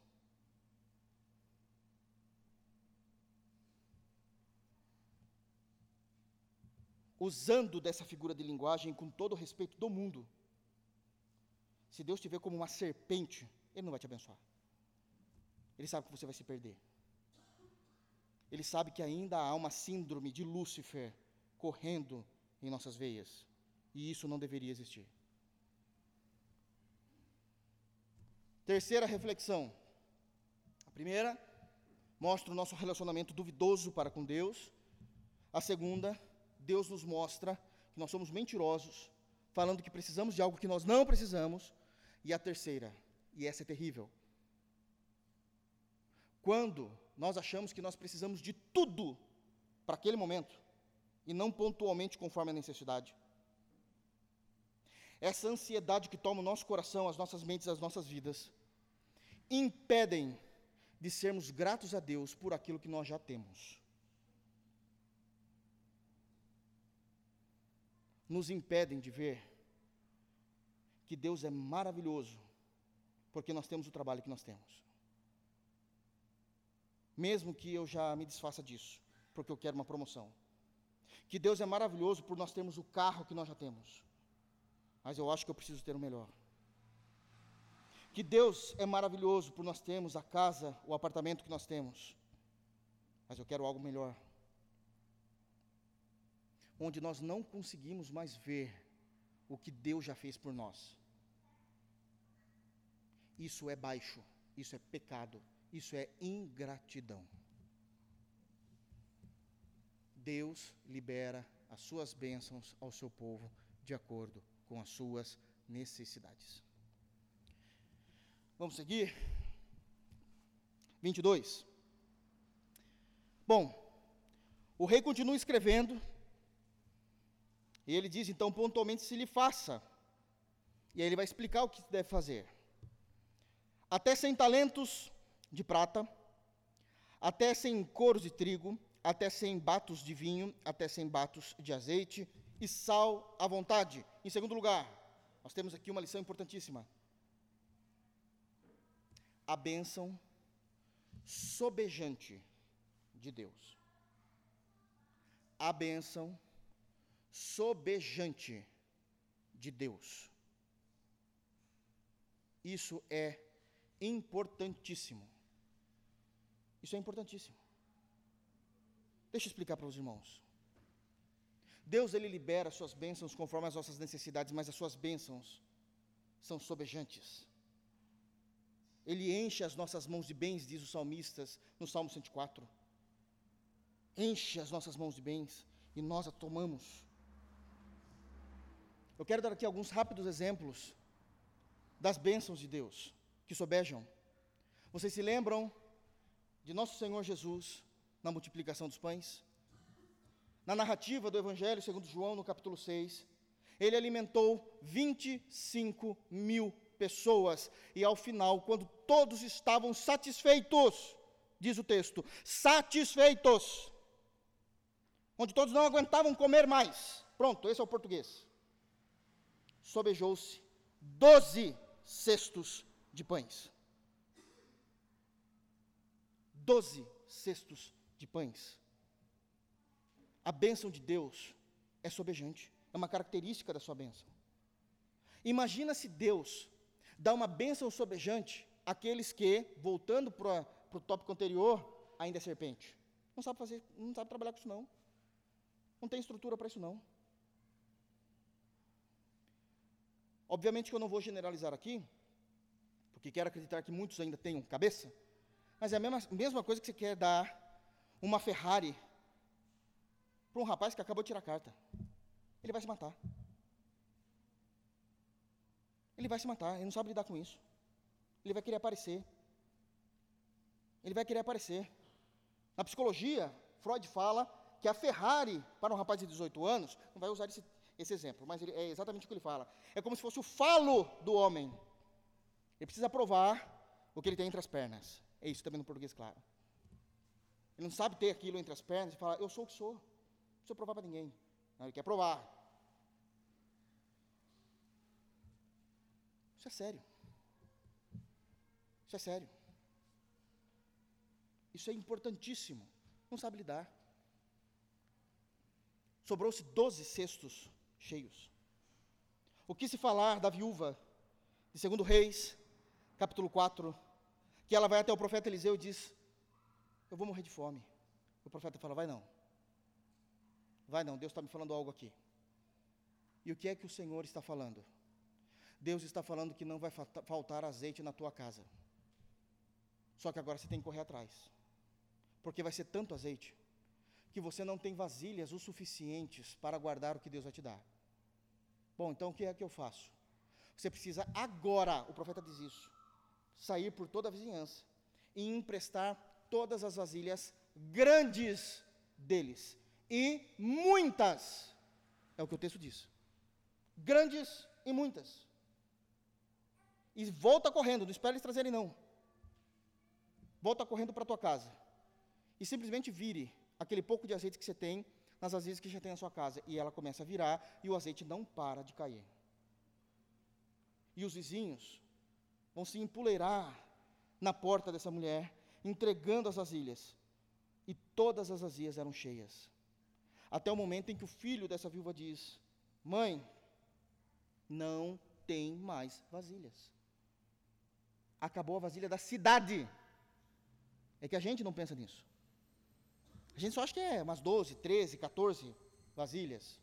Usando dessa figura de linguagem com todo o respeito do mundo, se Deus te vê como uma serpente, Ele não vai te abençoar. Ele sabe que você vai se perder. Ele sabe que ainda há uma síndrome de Lúcifer correndo em nossas veias. E isso não deveria existir. Terceira reflexão. A primeira, mostra o nosso relacionamento duvidoso para com Deus. A segunda, Deus nos mostra que nós somos mentirosos, falando que precisamos de algo que nós não precisamos. E a terceira, e essa é terrível, quando nós achamos que nós precisamos de tudo para aquele momento, e não pontualmente conforme a necessidade. Essa ansiedade que toma o nosso coração, as nossas mentes, as nossas vidas, impedem de sermos gratos a Deus por aquilo que nós já temos. Nos impedem de ver que Deus é maravilhoso, porque nós temos o trabalho que nós temos. Mesmo que eu já me desfaça disso, porque eu quero uma promoção. Que Deus é maravilhoso por nós termos o carro que nós já temos, mas eu acho que eu preciso ter o melhor. Que Deus é maravilhoso por nós termos a casa, o apartamento que nós temos, mas eu quero algo melhor. Onde nós não conseguimos mais ver o que Deus já fez por nós. Isso é baixo, isso é pecado, isso é ingratidão. Deus libera as suas bênçãos ao seu povo de acordo com as suas necessidades. Vamos seguir? 22. Bom, o rei continua escrevendo, e ele diz, então, pontualmente, se lhe faça. E aí ele vai explicar o que deve fazer. Até 100 talentos de prata, até 100 coros de trigo, até 100 batos de vinho, até 100 batos de azeite, e sal à vontade. Em segundo lugar, nós temos aqui uma lição importantíssima. A bênção sobejante de Deus. A bênção sobejante de Deus. Isso é importantíssimo. Isso é importantíssimo. Deixa eu explicar para os irmãos. Deus, Ele libera as suas bênçãos conforme as nossas necessidades, mas as suas bênçãos são sobejantes. Ele enche as nossas mãos de bens, diz os salmistas no Salmo 104. Enche as nossas mãos de bens e nós a tomamos. Eu quero dar aqui alguns rápidos exemplos das bênçãos de Deus que sobejam. Vocês se lembram de nosso Senhor Jesus na multiplicação dos pães? Na narrativa do Evangelho segundo João, no capítulo 6, ele alimentou 25 mil pessoas, e ao final, quando todos estavam satisfeitos, diz o texto, satisfeitos, onde todos não aguentavam comer mais, pronto, esse é o português, sobejou-se 12 cestos de pães. 12 cestos de pães. A bênção de Deus é sobejante, é uma característica da sua bênção. Imagina se Deus dá uma bênção sobejante àqueles que, voltando para o tópico anterior, ainda é serpente. Não sabe fazer, não sabe trabalhar com isso não. Não tem estrutura para isso não. Obviamente que eu não vou generalizar aqui, porque quero acreditar que muitos ainda tenham cabeça, mas é a mesma coisa que você quer dar uma Ferrari para um rapaz que acabou de tirar a carta. Ele vai se matar. Ele vai se matar, ele não sabe lidar com isso. Ele vai querer aparecer. Ele vai querer aparecer. Na psicologia, Freud fala que a Ferrari, para um rapaz de 18 anos, não vai usar esse exemplo, mas é exatamente o que ele fala. É como se fosse o falo do homem. Ele precisa provar o que ele tem entre as pernas. É isso também no português, claro. Ele não sabe ter aquilo entre as pernas e fala, eu sou o que sou. Não preciso provar para ninguém. Não, ele quer provar. Isso é sério. Isso é sério. Isso é importantíssimo. Não sabe lidar. Sobrou-se 12 cestos cheios. O que se falar da viúva de 2 Reis, capítulo 4, que ela vai até o profeta Eliseu e diz, eu vou morrer de fome. O profeta fala, vai não. Vai não, Deus está me falando algo aqui. E o que é que o Senhor está falando? Deus está falando que não vai faltar azeite na tua casa. Só que agora você tem que correr atrás. Porque vai ser tanto azeite, que você não tem vasilhas o suficientes para guardar o que Deus vai te dar. Bom, então o que é que eu faço? Você precisa agora, o profeta diz isso, sair por toda a vizinhança e emprestar todas as vasilhas grandes deles. E muitas, é o que o texto diz. Grandes e muitas. E volta correndo, não espere eles trazerem não. Volta correndo para a tua casa. E simplesmente vire aquele pouco de azeite que você tem nas vasilhas que já tem na sua casa. E ela começa a virar e o azeite não para de cair. E os vizinhos vão se empoleirar na porta dessa mulher, entregando as vasilhas. E todas as vasilhas eram cheias. Até o momento em que o filho dessa viúva diz, mãe, não tem mais vasilhas. Acabou a vasilha da cidade. É que a gente não pensa nisso. A gente só acha que é umas 12, 13, 14 vasilhas.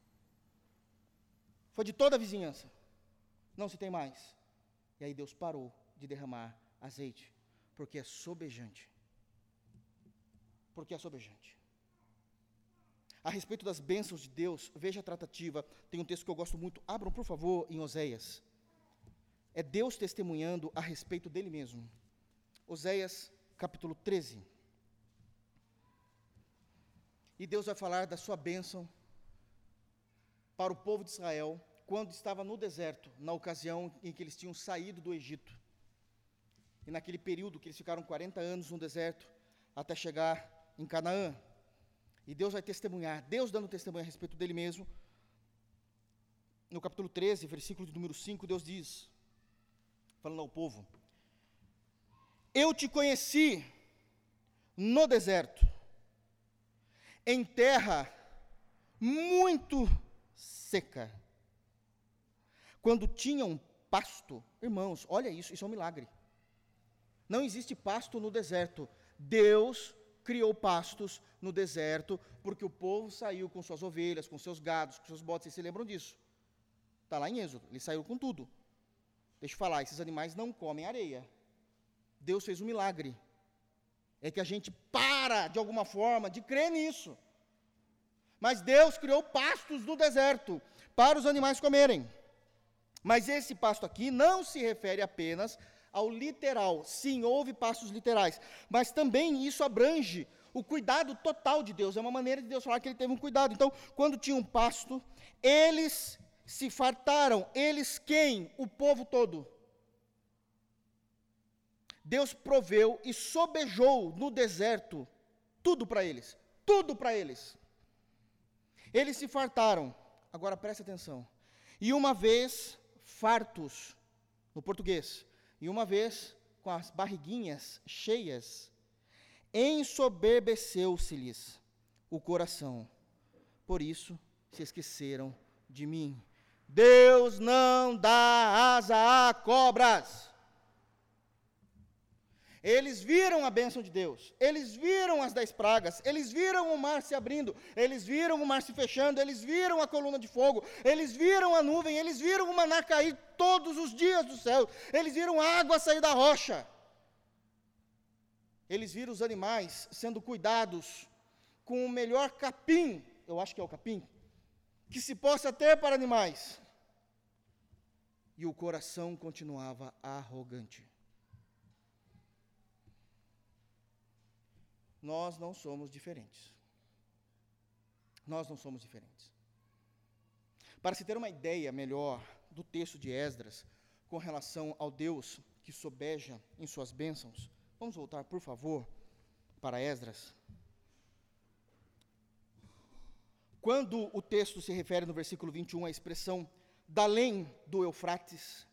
Foi de toda a vizinhança. Não se tem mais. E aí Deus parou de derramar azeite, porque é sobejante. Porque é sobejante. A respeito das bênçãos de Deus, veja a tratativa, tem um texto que eu gosto muito, abram por favor em Oséias. É Deus testemunhando a respeito dele mesmo. Oséias, capítulo 13. E Deus vai falar da sua bênção para o povo de Israel, quando estava no deserto, na ocasião em que eles tinham saído do Egito. E naquele período que eles ficaram 40 anos no deserto, até chegar em Canaã. E Deus vai testemunhar, Deus dando testemunho a respeito dele mesmo. No capítulo 13, versículo de número 5, Deus diz, falando ao povo, eu te conheci no deserto, em terra muito seca, quando tinham pasto. Irmãos, olha isso, isso é um milagre. Não existe pasto no deserto. Deus criou pastos no deserto, porque o povo saiu com suas ovelhas, com seus gados, com seus bodes, vocês se lembram disso? Está lá em Êxodo, eles saíram com tudo. Deixa eu falar, esses animais não comem areia. Deus fez um milagre. É que a gente para, de alguma forma, de crer nisso. Mas Deus criou pastos no deserto, para os animais comerem. Mas esse pasto aqui não se refere apenas ao literal. Sim, houve pastos literais, mas também isso abrange o cuidado total de Deus. É uma maneira de Deus falar que ele teve um cuidado. Então, quando tinha um pasto, eles se fartaram. Eles quem? O povo todo. Deus proveu e sobejou no deserto tudo para eles. Tudo para eles. Eles se fartaram. Agora preste atenção. E uma vez fartos, no português, e uma vez com as barriguinhas cheias, ensoberbeceu-se-lhes o coração. Por isso se esqueceram de mim. Deus não dá asa a cobras. Eles viram a bênção de Deus, eles viram as 10 pragas, eles viram o mar se abrindo, eles viram o mar se fechando, eles viram a coluna de fogo, eles viram a nuvem, eles viram o maná cair todos os dias do céu, eles viram a água sair da rocha, eles viram os animais sendo cuidados com o melhor capim, eu acho que é o capim, que se possa ter para animais, e o coração continuava arrogante. Nós não somos diferentes. Nós não somos diferentes. Para se ter uma ideia melhor do texto de Esdras, com relação ao Deus que sobeja em suas bênçãos, vamos voltar, por favor, para Esdras. Quando o texto se refere no versículo 21 à expressão da além do Eufrates,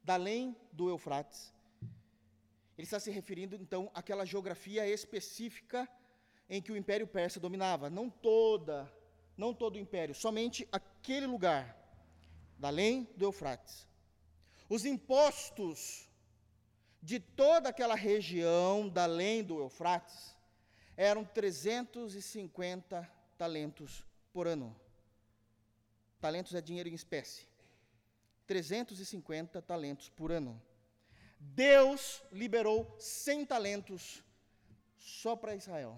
ele está se referindo, então, àquela geografia específica em que o Império Persa dominava. Não todo o Império, somente aquele lugar, da além do Eufrates. Os impostos de toda aquela região, da além do Eufrates, eram 350 talentos por ano. Talentos é dinheiro em espécie. 350 talentos por ano. Deus liberou 100 talentos só para Israel.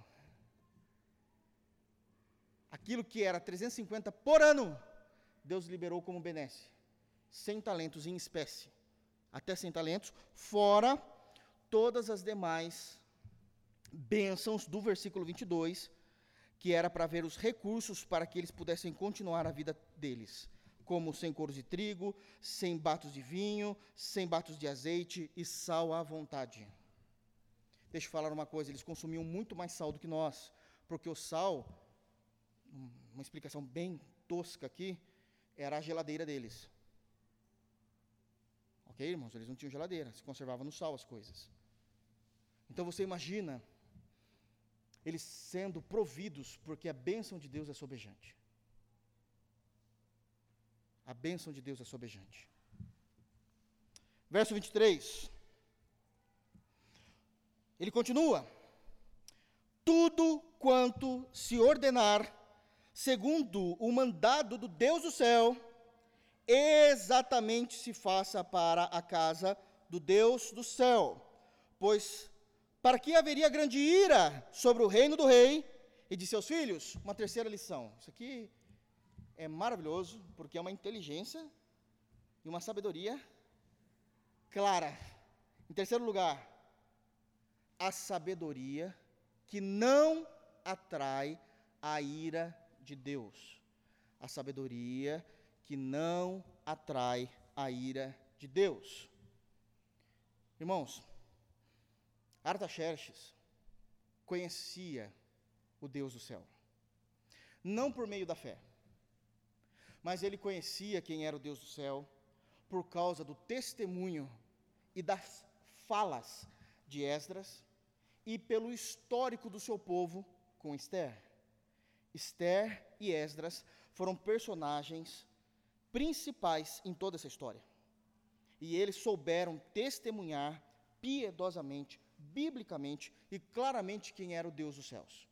Aquilo que era 350 por ano, Deus liberou como benesse. 100 talentos em espécie. Até 100 talentos, fora todas as demais bênçãos do versículo 22, que era para ver os recursos para que eles pudessem continuar a vida deles. Como 100 coros de trigo, 100 batos de vinho, 100 batos de azeite e sal à vontade. Deixa eu falar uma coisa, eles consumiam muito mais sal do que nós, porque o sal, uma explicação bem tosca aqui, era a geladeira deles. Ok, irmãos? Eles não tinham geladeira, se conservava no sal as coisas. Então você imagina eles sendo providos, porque a bênção de Deus é sobejante. A bênção de Deus é sobejante. Verso 23. Ele continua. Tudo quanto se ordenar, segundo o mandado do Deus do céu, exatamente se faça para a casa do Deus do céu. Pois, para que haveria grande ira sobre o reino do rei e de seus filhos? Uma terceira lição. Isso aqui é maravilhoso, porque é uma inteligência e uma sabedoria clara. Em terceiro lugar, a sabedoria que não atrai a ira de Deus. A sabedoria que não atrai a ira de Deus. Irmãos, Artaxerxes conhecia o Deus do céu. Não por meio da fé, mas ele conhecia quem era o Deus do céu por causa do testemunho e das falas de Esdras e pelo histórico do seu povo com Esther. Esther e Esdras foram personagens principais em toda essa história. E eles souberam testemunhar piedosamente, biblicamente e claramente quem era o Deus dos céus.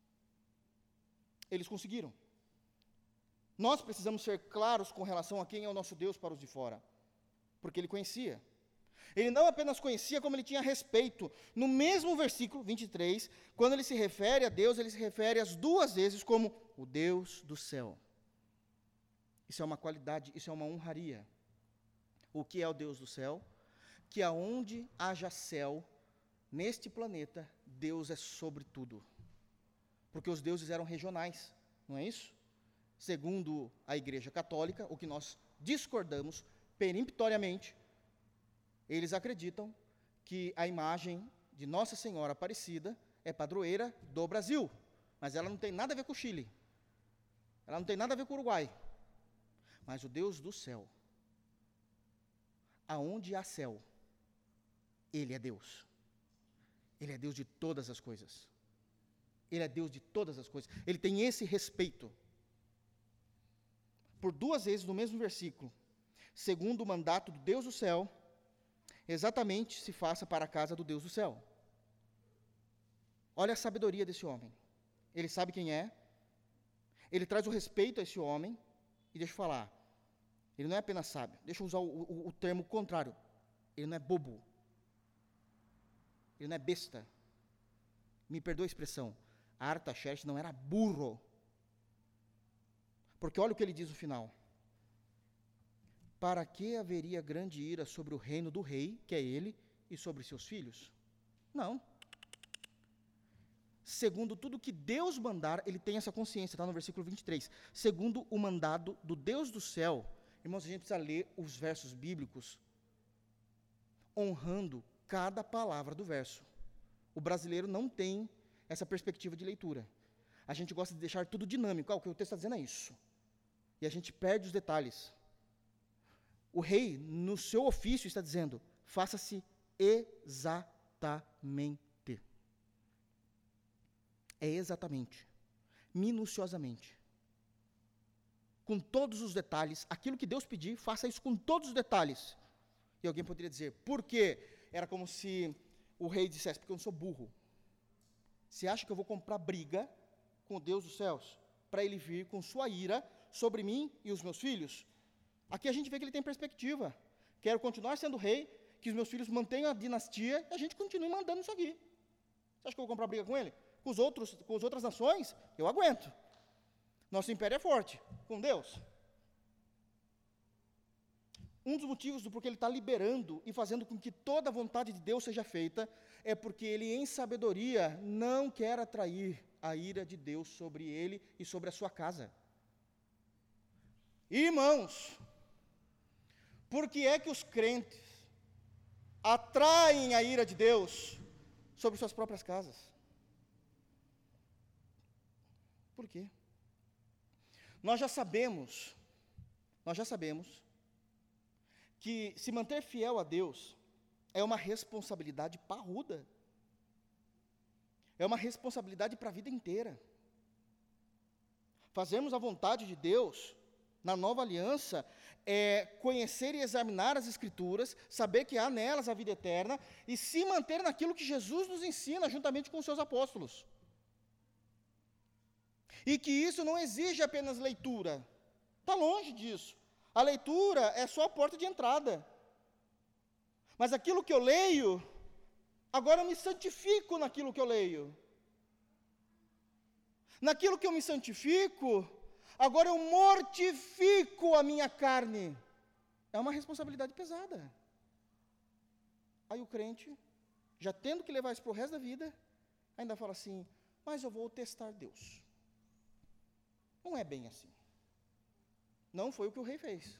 Eles conseguiram. Nós precisamos ser claros com relação a quem é o nosso Deus para os de fora, porque ele conhecia. Ele não apenas conhecia, como ele tinha respeito. No mesmo versículo 23, quando ele se refere a Deus, ele se refere as duas vezes como o Deus do céu. Isso é uma qualidade, isso é uma honraria. o que é o Deus do céu, que aonde haja céu, neste planeta, Deus é sobre tudo. Porque os deuses eram regionais, não é isso? Segundo a Igreja Católica, o que nós discordamos peremptoriamente, eles acreditam que a imagem de Nossa Senhora Aparecida é padroeira do Brasil, mas ela não tem nada a ver com o Chile, ela não tem nada a ver com o Uruguai, mas o Deus do céu, aonde há céu, Ele é Deus, Ele é Deus de todas as coisas, Ele é Deus de todas as coisas, Ele tem esse respeito. Por 2 vezes no mesmo versículo, segundo o mandato do Deus do céu, exatamente se faça para a casa do Deus do céu. Olha a sabedoria desse homem. Ele sabe quem é, ele traz o respeito a esse homem, e deixa eu falar, ele não é apenas sábio, deixa eu usar o termo contrário, ele não é bobo, ele não é besta, me perdoa a expressão, Artaxerxes não era burro, porque olha o que ele diz no final, para que haveria grande ira sobre o reino do rei, que é ele, e sobre seus filhos? Não. Segundo tudo que Deus mandar, ele tem essa consciência, está no versículo 23. Segundo o mandado do Deus do céu, irmãos, a gente precisa ler os versos bíblicos, honrando cada palavra do verso. O brasileiro não tem essa perspectiva de leitura. A gente gosta de deixar tudo dinâmico, o que o texto está dizendo é isso. E a gente perde os detalhes. O rei, no seu ofício, está dizendo, faça-se exatamente. É exatamente, minuciosamente, com todos os detalhes, aquilo que Deus pedir, faça isso com todos os detalhes. E alguém poderia dizer, por quê? Era como se o rei dissesse, porque eu não sou burro. Você acha que eu vou comprar briga com o Deus dos céus, para ele vir com sua ira sobre mim e os meus filhos? Aqui a gente vê que ele tem perspectiva. Quero continuar sendo rei, que os meus filhos mantenham a dinastia, e a gente continue mandando isso aqui. Você acha que eu vou comprar briga com ele? Com as outras nações, eu aguento. Nosso império é forte, com Deus. Um dos motivos do porquê ele está liberando e fazendo com que toda a vontade de Deus seja feita, é porque ele, em sabedoria, não quer atrair a ira de Deus sobre ele e sobre a sua casa. Irmãos, por que é que os crentes atraem a ira de Deus sobre suas próprias casas? Por quê? Nós já sabemos que se manter fiel a Deus é uma responsabilidade parruda. É uma responsabilidade para a vida inteira. Fazermos a vontade de Deus na nova aliança é conhecer e examinar as Escrituras, saber que há nelas a vida eterna e se manter naquilo que Jesus nos ensina juntamente com os seus apóstolos. E que isso não exige apenas leitura. Está longe disso. A leitura é só a porta de entrada. Mas aquilo que eu leio, agora eu me santifico naquilo que eu leio. Naquilo que eu me santifico, agora eu mortifico a minha carne. É uma responsabilidade pesada. Aí o crente, já tendo que levar isso para o resto da vida, ainda fala assim, mas eu vou testar Deus. Não é bem assim. Não foi o que o rei fez.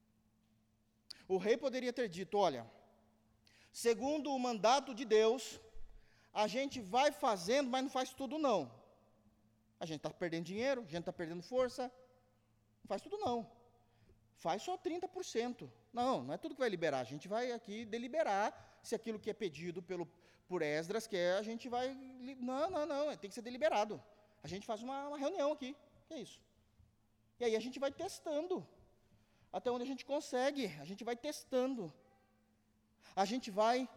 O rei poderia ter dito, olha, segundo o mandato de Deus, a gente vai fazendo, mas não faz tudo não. A gente está perdendo dinheiro, a gente está perdendo força, não faz tudo não. Faz só 30%. Não é tudo que vai liberar, a gente vai aqui deliberar se aquilo que é pedido por Esdras quer, a gente vai... Não, tem que ser deliberado. A gente faz uma reunião aqui. Que é isso? E aí a gente vai testando, até onde a gente consegue, a gente vai testando, a gente vai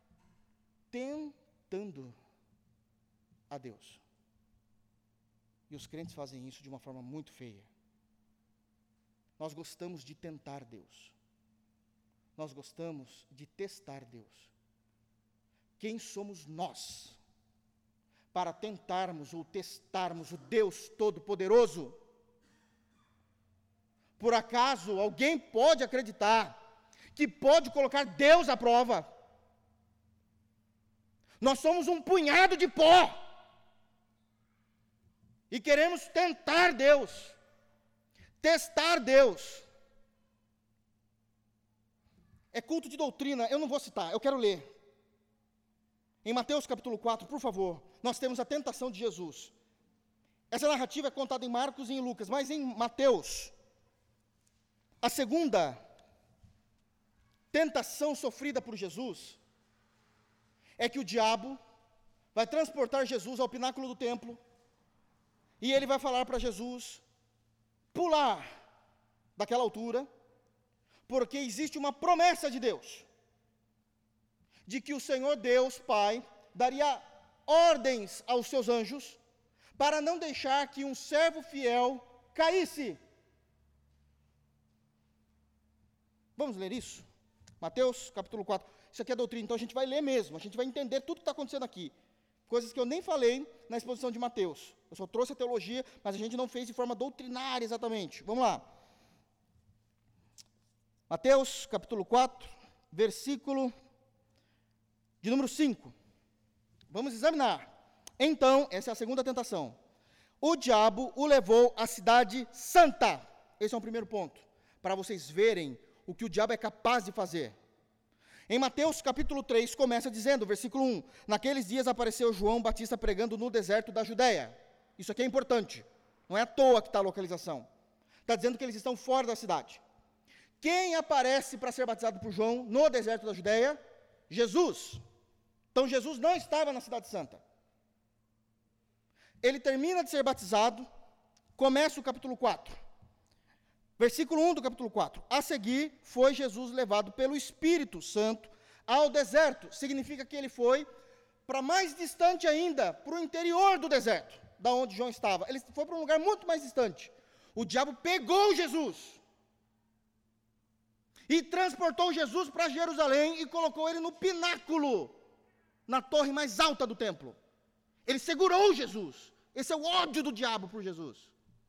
tentando a Deus. E os crentes fazem isso de uma forma muito feia. Nós gostamos de tentar Deus, nós gostamos de testar Deus. Quem somos nós para tentarmos ou testarmos o Deus Todo-Poderoso? Por acaso alguém pode acreditar que pode colocar Deus à prova. Nós somos um punhado de pó e queremos tentar Deus, testar Deus. É culto de doutrina, eu não vou citar, eu quero ler. Em Mateus capítulo 4, por favor, nós temos a tentação de Jesus. Essa narrativa é contada em Marcos e em Lucas, mas em Mateus, a segunda tentação sofrida por Jesus é que o diabo vai transportar Jesus ao pináculo do templo e ele vai falar para Jesus pular daquela altura, porque existe uma promessa de Deus, de que o Senhor Deus, Pai, daria ordens aos seus anjos, para não deixar que um servo fiel caísse. Vamos ler isso? Mateus capítulo 4. Isso aqui é doutrina, então a gente vai ler mesmo, a gente vai entender tudo que está acontecendo aqui. Coisas que eu nem falei na exposição de Mateus. Eu só trouxe a teologia, mas a gente não fez de forma doutrinária exatamente. Vamos lá. Mateus capítulo 4, versículo de número 5. Vamos examinar. Então, essa é a segunda tentação. O diabo o levou à cidade santa. Esse é o primeiro ponto, para vocês verem o que o diabo é capaz de fazer. Em Mateus capítulo 3, começa dizendo, versículo 1, naqueles dias apareceu João Batista pregando no deserto da Judéia. Isso aqui é importante, não é à toa que está a localização. Está dizendo que eles estão fora da cidade. Quem aparece para ser batizado por João no deserto da Judéia? Jesus. Então Jesus não estava na cidade santa. Ele termina de ser batizado, começa o capítulo 4. Versículo 1 do capítulo 4. A seguir, foi Jesus levado pelo Espírito Santo ao deserto. Significa que ele foi para mais distante ainda, para o interior do deserto, da onde João estava. Ele foi para um lugar muito mais distante. O diabo pegou Jesus e transportou Jesus para Jerusalém e colocou ele no pináculo, na torre mais alta do templo. Ele segurou Jesus. Esse é o ódio do diabo por Jesus.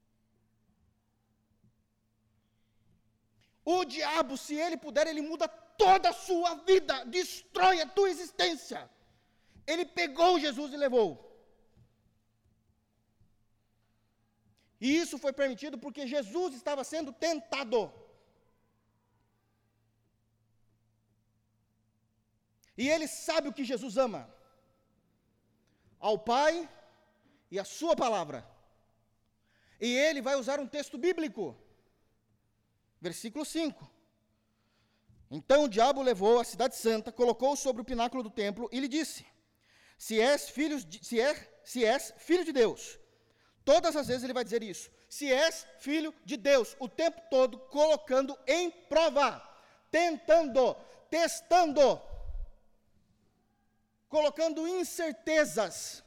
O diabo, se ele puder, ele muda toda a sua vida, destrói a tua existência. Ele pegou Jesus e levou. E isso foi permitido porque Jesus estava sendo tentado. E ele sabe o que Jesus ama: ao Pai e a sua palavra. E ele vai usar um texto bíblico. Versículo 5. Então o diabo levou a cidade santa, colocou-o sobre o pináculo do templo e lhe disse: se és filho de Deus. Todas as vezes ele vai dizer isso. Se és filho de Deus, o tempo todo colocando em prova, tentando, testando, colocando incertezas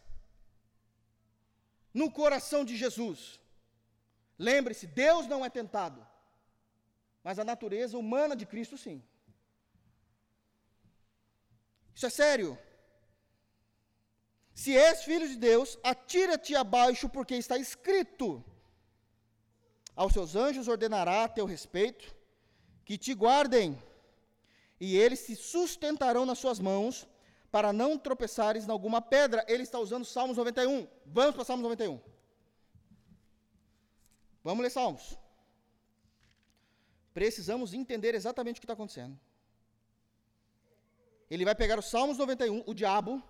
no coração de Jesus. Lembre-se, Deus não é tentado, mas a natureza humana de Cristo sim. Isso é sério. Se és filho de Deus, atira-te abaixo, porque está escrito: aos seus anjos ordenará a teu respeito, que te guardem, e eles te sustentarão nas suas mãos, para não tropeçares em alguma pedra. Ele está usando Salmos 91. Vamos para Salmos 91. Vamos ler Salmos. Precisamos entender exatamente o que está acontecendo. Ele vai pegar o Salmos 91, o diabo,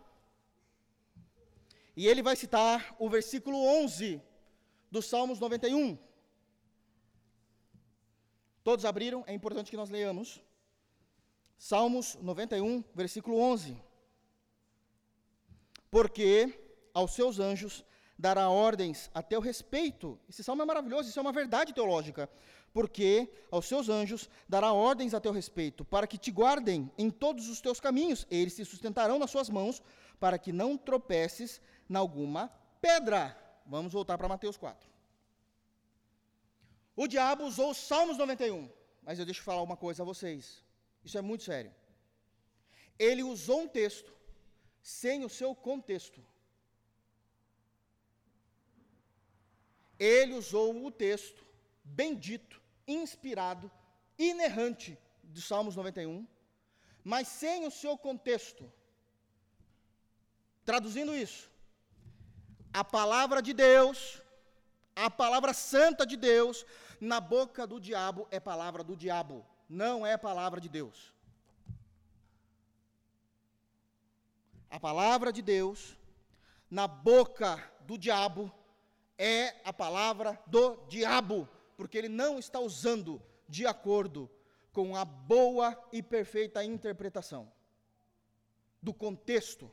e ele vai citar o versículo 11 do Salmos 91. Todos abriram? É importante que nós leiamos. Salmos 91, versículo 11. Porque aos seus anjos dará ordens a teu respeito. Esse salmo é maravilhoso, isso é uma verdade teológica. Porque aos seus anjos dará ordens a teu respeito, para que te guardem em todos os teus caminhos. Eles te sustentarão nas suas mãos, para que não tropeces em alguma pedra. Vamos voltar para Mateus 4. O diabo usou os Salmos 91, mas eu deixo falar uma coisa a vocês. Isso é muito sério. Ele usou um texto sem o seu contexto. Ele usou o texto bendito, inspirado, inerrante de Salmos 91, mas sem o seu contexto. Traduzindo isso, a palavra de Deus, a palavra santa de Deus, na boca do diabo é palavra do diabo, não é palavra de Deus. A palavra de Deus, na boca do diabo, é a palavra do diabo, porque ele não está usando de acordo com a boa e perfeita interpretação do contexto.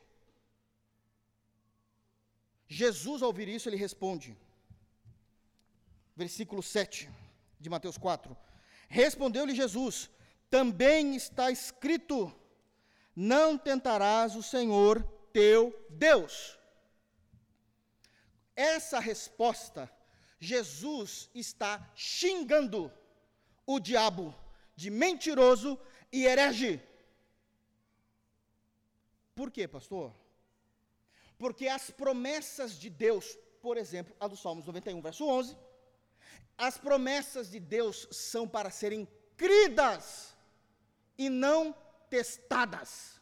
Jesus, ao ouvir isso, ele responde, versículo 7 de Mateus 4, respondeu-lhe Jesus, também está escrito, não tentarás o Senhor teu Deus. Essa resposta, Jesus está xingando o diabo de mentiroso e herege. Por quê, pastor? Porque as promessas de Deus, por exemplo, a do Salmos 91, verso 11, as promessas de Deus são para serem cridas e não testadas.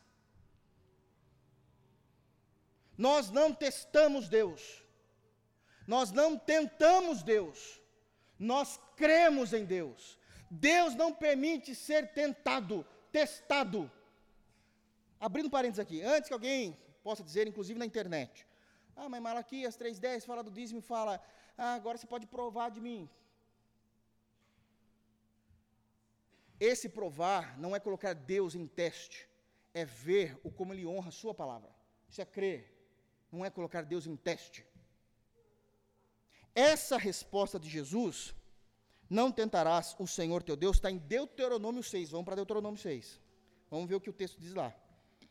Nós não testamos Deus, nós não tentamos Deus, nós cremos em Deus. Deus não permite ser tentado, testado. Abrindo parênteses aqui, antes que alguém possa dizer, inclusive na internet, mas Malaquias 3,10 fala do dízimo e fala, agora você pode provar de mim. Esse provar não é colocar Deus em teste, é ver como Ele honra a sua palavra. Isso é crer, não é colocar Deus em teste. Essa resposta de Jesus, não tentarás o Senhor teu Deus, está em Deuteronômio 6, vamos para Deuteronômio 6, vamos ver o que o texto diz lá.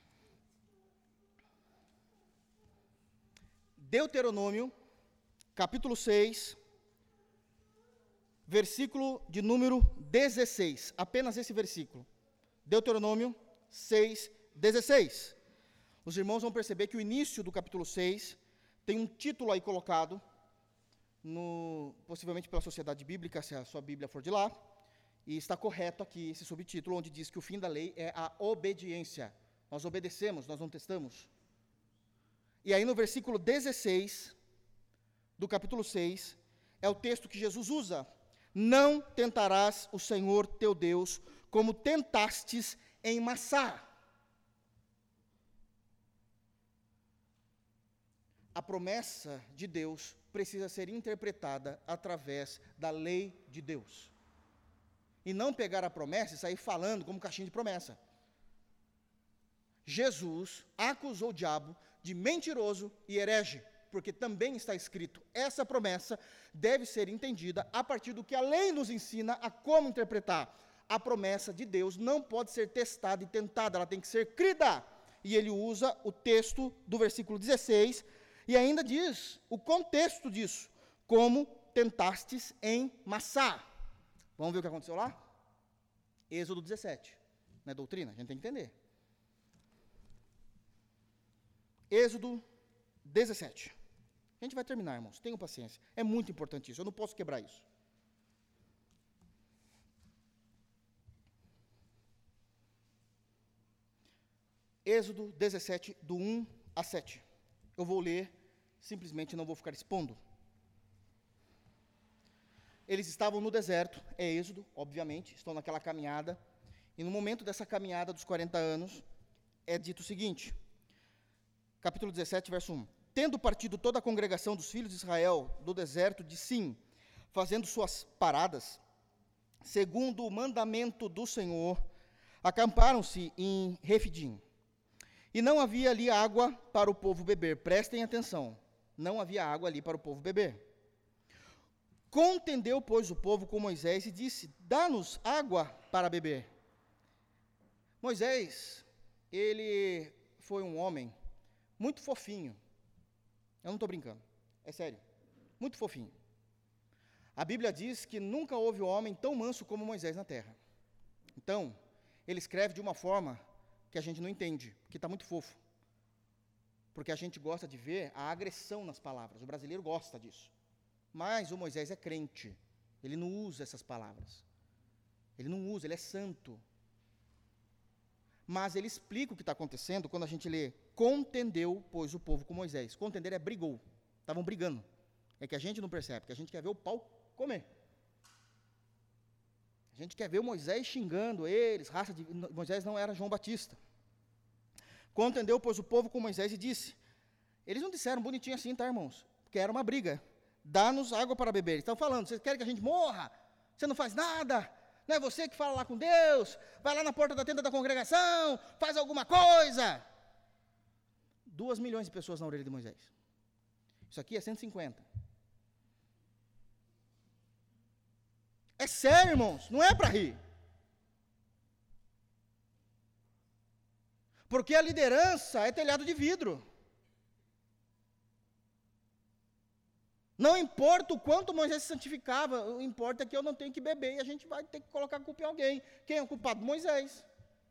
Deuteronômio, capítulo 6, versículo de número 16, apenas esse versículo. Deuteronômio 6, 16. Os irmãos vão perceber que o início do capítulo 6 tem um título aí colocado, possivelmente pela Sociedade Bíblica, se a sua Bíblia for de lá, e está correto aqui esse subtítulo, onde diz que o fim da lei é a obediência. Nós obedecemos, nós não testamos. E aí no versículo 16 do capítulo 6, é o texto que Jesus usa. Não tentarás o Senhor teu Deus, como tentastes em Massá. A promessa de Deus precisa ser interpretada através da lei de Deus. E não pegar a promessa e sair falando como caixinha de promessa. Jesus acusou o diabo de mentiroso e herege, porque também está escrito, essa promessa deve ser entendida a partir do que a lei nos ensina a como interpretar. A promessa de Deus não pode ser testada e tentada, ela tem que ser crida. E ele usa o texto do versículo 16, e ainda diz o contexto disso, como tentastes em Massá. Vamos ver o que aconteceu lá? Êxodo 17, não é doutrina? A gente tem que entender. Êxodo 17. A gente vai terminar, irmãos, tenham paciência. É muito importante isso, eu não posso quebrar isso. Êxodo 17, do 1 a 7. Eu vou ler, simplesmente não vou ficar expondo. Eles estavam no deserto, é Êxodo, obviamente, estão naquela caminhada, e no momento dessa caminhada dos 40 anos, é dito o seguinte, capítulo 17, verso 1. Tendo partido toda a congregação dos filhos de Israel do deserto de Sim, fazendo suas paradas, segundo o mandamento do Senhor, acamparam-se em Refidim. E não havia ali água para o povo beber. Prestem atenção, não havia água ali para o povo beber. Contendeu, pois, o povo com Moisés e disse, dá-nos água para beber. Moisés, ele foi um homem muito fofinho. Eu não estou brincando, é sério, muito fofinho. A Bíblia diz que nunca houve homem tão manso como Moisés na terra. Então, ele escreve de uma forma que a gente não entende, que está muito fofo. Porque a gente gosta de ver a agressão nas palavras, o brasileiro gosta disso. Mas o Moisés é crente, ele não usa essas palavras. Ele não usa, ele é santo. Mas ele explica o que está acontecendo quando a gente lê: contendeu, pois, o povo com Moisés. Contender é brigou. Estavam brigando. É que a gente não percebe, porque a gente quer ver o pau comer. A gente quer ver o Moisés xingando eles, raça de... Moisés não era João Batista. Contendeu, pois, o povo com Moisés e disse... Eles não disseram bonitinho assim, tá, irmãos? Porque era uma briga. Dá-nos água para beber. Eles estão falando: vocês querem que a gente morra? Você não faz nada? Não é você que fala lá com Deus? Vai lá na porta da tenda da congregação, faz alguma coisa. 2 milhões de pessoas na orelha de Moisés. Isso aqui é 150. É sério, irmãos, não é para rir. Porque a liderança é telhado de vidro. Não importa o quanto Moisés se santificava, o importa é que eu não tenho que beber e a gente vai ter que colocar a culpa em alguém. Quem é o culpado? Moisés.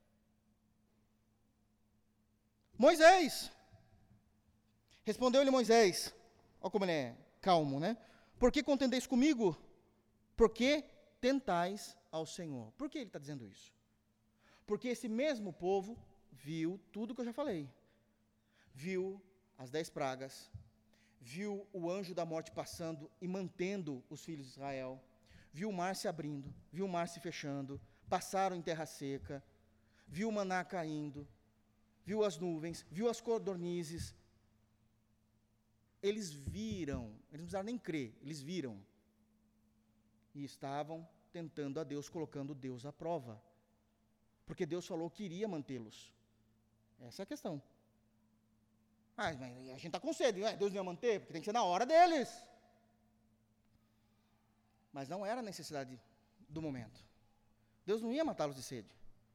Moisés. Respondeu-lhe Moisés, olha como ele é calmo, né? Por que contendeis comigo? Porque tentais ao Senhor. Por que ele está dizendo isso? Porque esse mesmo povo viu tudo que eu já falei. Viu as 10 pragas, viu o anjo da morte passando e mantendo os filhos de Israel, viu o mar se abrindo, viu o mar se fechando, passaram em terra seca, viu o maná caindo, viu as nuvens, viu as codornizes. Eles viram, eles não precisaram nem crer, eles viram. E estavam tentando a Deus, colocando Deus à prova. Porque Deus falou que iria mantê-los. Essa é a questão. Mas a gente está com sede, Deus não ia manter, porque tem que ser na hora deles. Mas não era a necessidade do momento. Deus não ia matá-los de sede.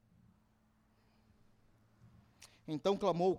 Então clamou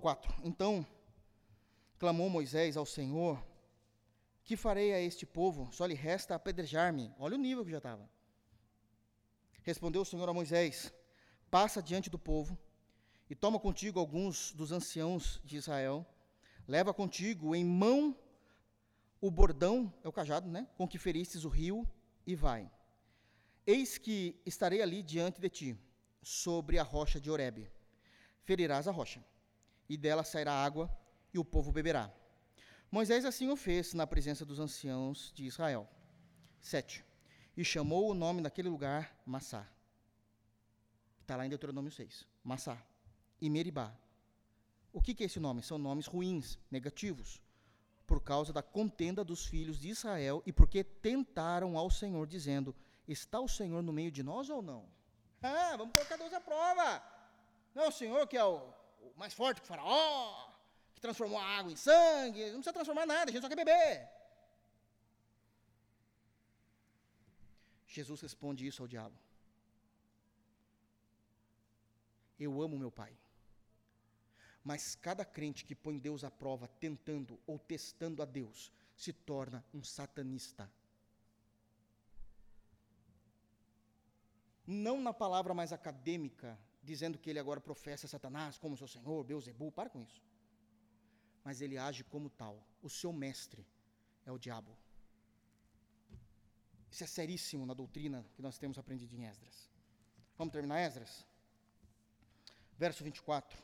Moisés ao Senhor: que farei a este povo? Só lhe resta apedrejar-me. Olha o nível que já estava. Respondeu o Senhor a Moisés: passa diante do povo e toma contigo alguns dos anciãos de Israel. Leva contigo em mão o bordão, é o cajado, né? Com que feristes o rio, e vai. Eis que estarei ali diante de ti, sobre a rocha de Horebe. Ferirás a rocha, e dela sairá água, e o povo beberá. Moisés assim o fez na presença dos anciãos de Israel. 7. E chamou o nome daquele lugar Massá. Está lá em Deuteronômio 6. Massá. E Meribá. O que é esse nome? São nomes ruins, negativos, por causa da contenda dos filhos de Israel e porque tentaram ao Senhor, dizendo: está o Senhor no meio de nós ou não? Vamos colocar Deus à prova. Não é o Senhor que é o mais forte que o Faraó, que transformou a água em sangue. Não precisa transformar nada, a gente só quer beber. Jesus responde isso ao diabo: eu amo meu Pai. Mas cada crente que põe Deus à prova, tentando ou testando a Deus, se torna um satanista. Não na palavra mais acadêmica, dizendo que ele agora professa Satanás como seu senhor, Beelzebul, para com isso. Mas ele age como tal. O seu mestre é o diabo. Isso é seríssimo na doutrina que nós temos aprendido em Esdras. Vamos terminar Esdras? Verso 24.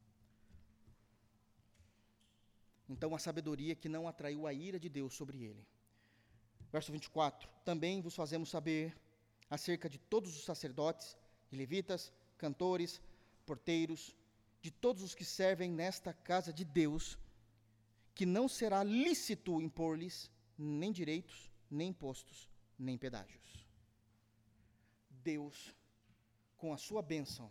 Então a sabedoria que não atraiu a ira de Deus sobre ele. Verso 24. Também vos fazemos saber acerca de todos os sacerdotes, e levitas, cantores, porteiros, de todos os que servem nesta casa de Deus, que não será lícito impor-lhes nem direitos, nem impostos, nem pedágios. Deus, com a sua bênção,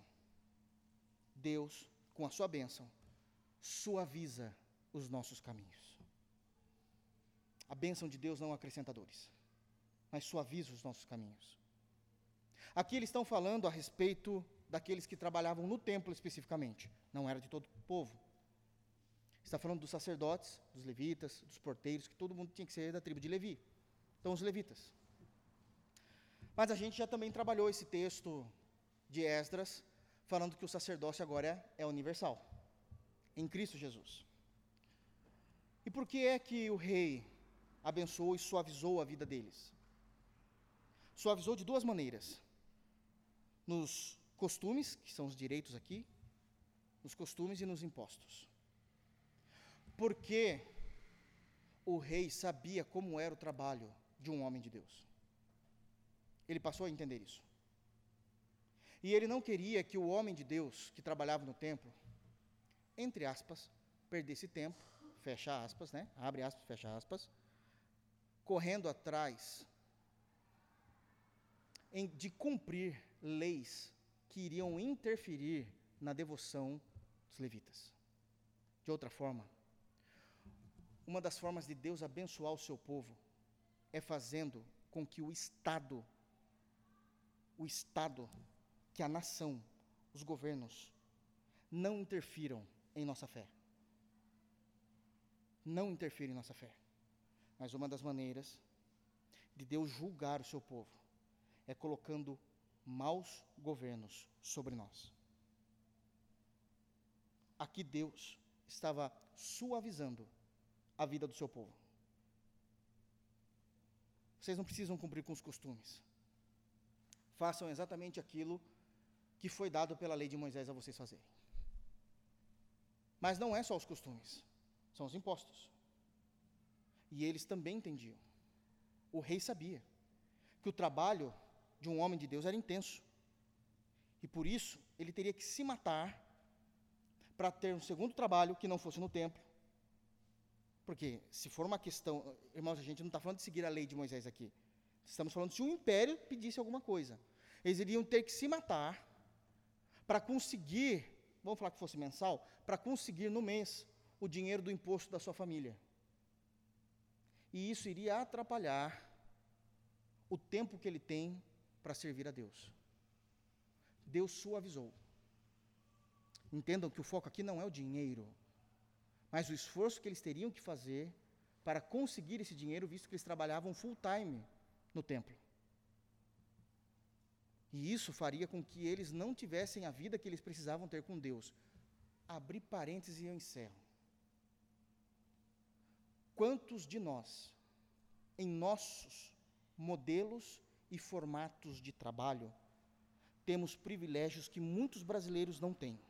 suaviza os nossos caminhos. A bênção de Deus não acrescenta dores, mas suaviza os nossos caminhos. Aqui eles estão falando a respeito daqueles que trabalhavam no templo especificamente, não era de todo o povo. Está falando dos sacerdotes, dos levitas, dos porteiros, que todo mundo tinha que ser da tribo de Levi. Então, os levitas. Mas a gente já também trabalhou esse texto de Esdras, falando que o sacerdócio agora é universal, em Cristo Jesus. E por que é que o rei abençoou e suavizou a vida deles? Suavizou de duas maneiras. Nos costumes, que são os direitos aqui, nos costumes e nos impostos. Porque o rei sabia como era o trabalho de um homem de Deus. Ele passou a entender isso. E ele não queria que o homem de Deus que trabalhava no templo, entre aspas, perdesse tempo, fecha aspas, né? Abre aspas, fecha aspas, correndo atrás de cumprir leis que iriam interferir na devoção dos levitas. De outra forma, uma das formas de Deus abençoar o seu povo é fazendo com que o Estado, que a nação, os governos, não interfiram em nossa fé. Não interfirem em nossa fé. Mas uma das maneiras de Deus julgar o seu povo é colocando maus governos sobre nós. Aqui Deus estava suavizando a vida do seu povo. Vocês não precisam cumprir com os costumes. Façam exatamente aquilo que foi dado pela lei de Moisés a vocês fazerem. Mas não é só os costumes, são os impostos. E eles também entendiam. O rei sabia que o trabalho de um homem de Deus era intenso. E por isso, ele teria que se matar para ter um segundo trabalho que não fosse no templo. Porque se for uma questão, irmãos, a gente não está falando de seguir a lei de Moisés aqui. Estamos falando se o império pedisse alguma coisa. Eles iriam ter que se matar para conseguir, vamos falar que fosse mensal, para conseguir no mês o dinheiro do imposto da sua família. E isso iria atrapalhar o tempo que ele tem para servir a Deus. Deus suavizou. Entendam que o foco aqui não é o dinheiro, mas o esforço que eles teriam que fazer para conseguir esse dinheiro, visto que eles trabalhavam full time no templo. E isso faria com que eles não tivessem a vida que eles precisavam ter com Deus. Abri parênteses e eu encerro. Quantos de nós, em nossos modelos e formatos de trabalho, temos privilégios que muitos brasileiros não têm?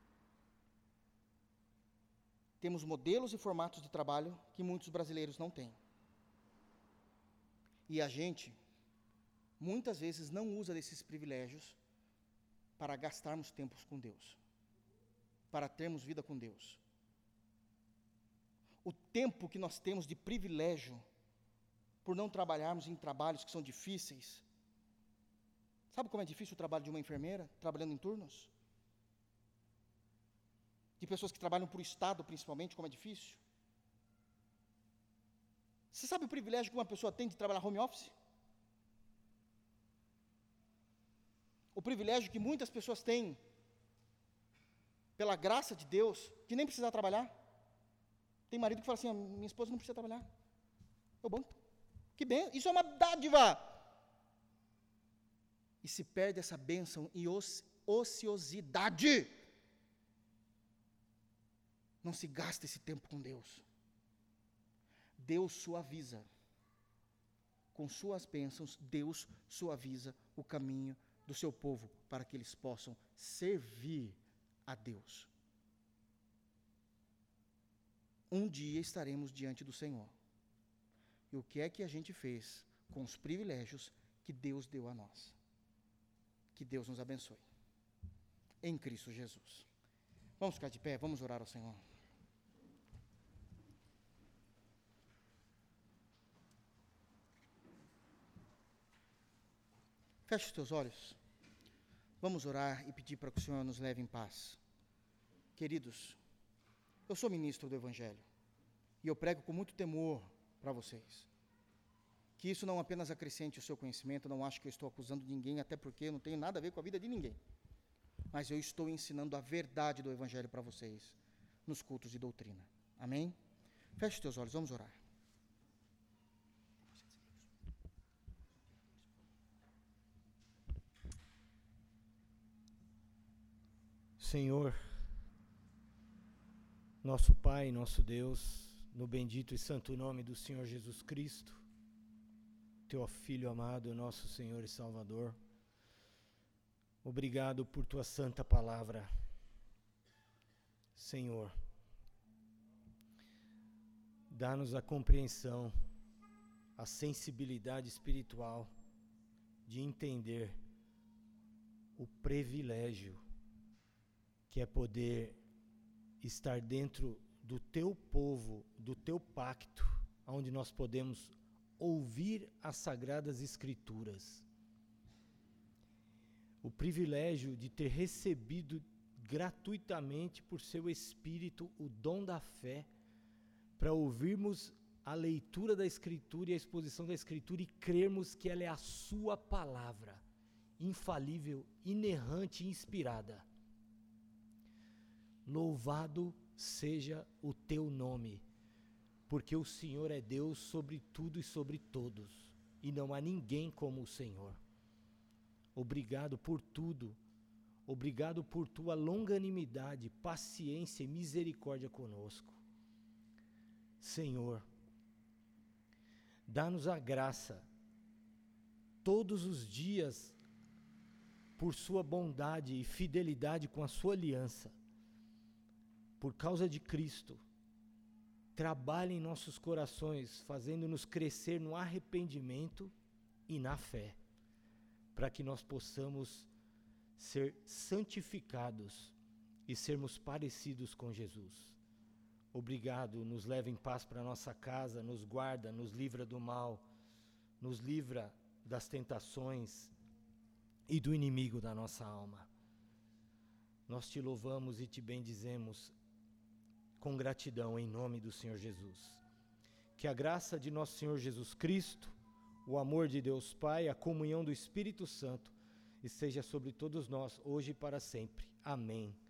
Temos modelos e formatos de trabalho que muitos brasileiros não têm. E a gente, muitas vezes, não usa desses privilégios para gastarmos tempos com Deus, para termos vida com Deus. O tempo que nós temos de privilégio, por não trabalharmos em trabalhos que são difíceis. Sabe como é difícil o trabalho de uma enfermeira, trabalhando em turnos? De pessoas que trabalham para o Estado, principalmente, como é difícil? Você sabe o privilégio que uma pessoa tem de trabalhar home office? O privilégio que muitas pessoas têm, pela graça de Deus, de nem precisar trabalhar. Tem marido que fala assim, minha esposa não precisa trabalhar. Eu banco. Que bem, isso é uma dádiva. E se perde essa bênção e ociosidade. Não se gasta esse tempo com Deus. Deus suaviza. Com suas bênçãos, Deus suaviza o caminho do seu povo para que eles possam servir a Deus. Um dia estaremos diante do Senhor. E o que é que a gente fez com os privilégios que Deus deu a nós? Que Deus nos abençoe. Em Cristo Jesus. Vamos ficar de pé, vamos orar ao Senhor. Feche os teus olhos. Vamos orar e pedir para que o Senhor nos leve em paz. Queridos, eu sou ministro do Evangelho e eu prego com muito temor para vocês. Que isso não apenas acrescente o seu conhecimento, não acho que eu estou acusando ninguém, até porque eu não tenho nada a ver com a vida de ninguém. Mas eu estou ensinando a verdade do Evangelho para vocês, nos cultos de doutrina. Amém? Feche os teus olhos, vamos orar. Senhor, nosso Pai, nosso Deus, no bendito e santo nome do Senhor Jesus Cristo, Teu Filho amado, nosso Senhor e Salvador, obrigado por Tua santa palavra. Senhor, dá-nos a compreensão, a sensibilidade espiritual de entender o privilégio que é poder estar dentro do teu povo, do teu pacto, onde nós podemos ouvir as Sagradas Escrituras. O privilégio de ter recebido gratuitamente por seu Espírito o dom da fé, para ouvirmos a leitura da Escritura e a exposição da Escritura e crermos que ela é a sua palavra, infalível, inerrante e inspirada. Louvado seja o teu nome, porque o Senhor é Deus sobre tudo e sobre todos, e não há ninguém como o Senhor. Obrigado por tudo, obrigado por tua longanimidade, paciência e misericórdia conosco. Senhor, dá-nos a graça, todos os dias, por sua bondade e fidelidade com a sua aliança, por causa de Cristo, trabalhe em nossos corações, fazendo-nos crescer no arrependimento e na fé, para que nós possamos ser santificados e sermos parecidos com Jesus. Obrigado, nos leva em paz para nossa casa, nos guarda, nos livra do mal, nos livra das tentações e do inimigo da nossa alma. Nós te louvamos e te bendizemos com gratidão em nome do Senhor Jesus. Que a graça de nosso Senhor Jesus Cristo, o amor de Deus Pai, a comunhão do Espírito Santo esteja sobre todos nós, hoje e para sempre. Amém.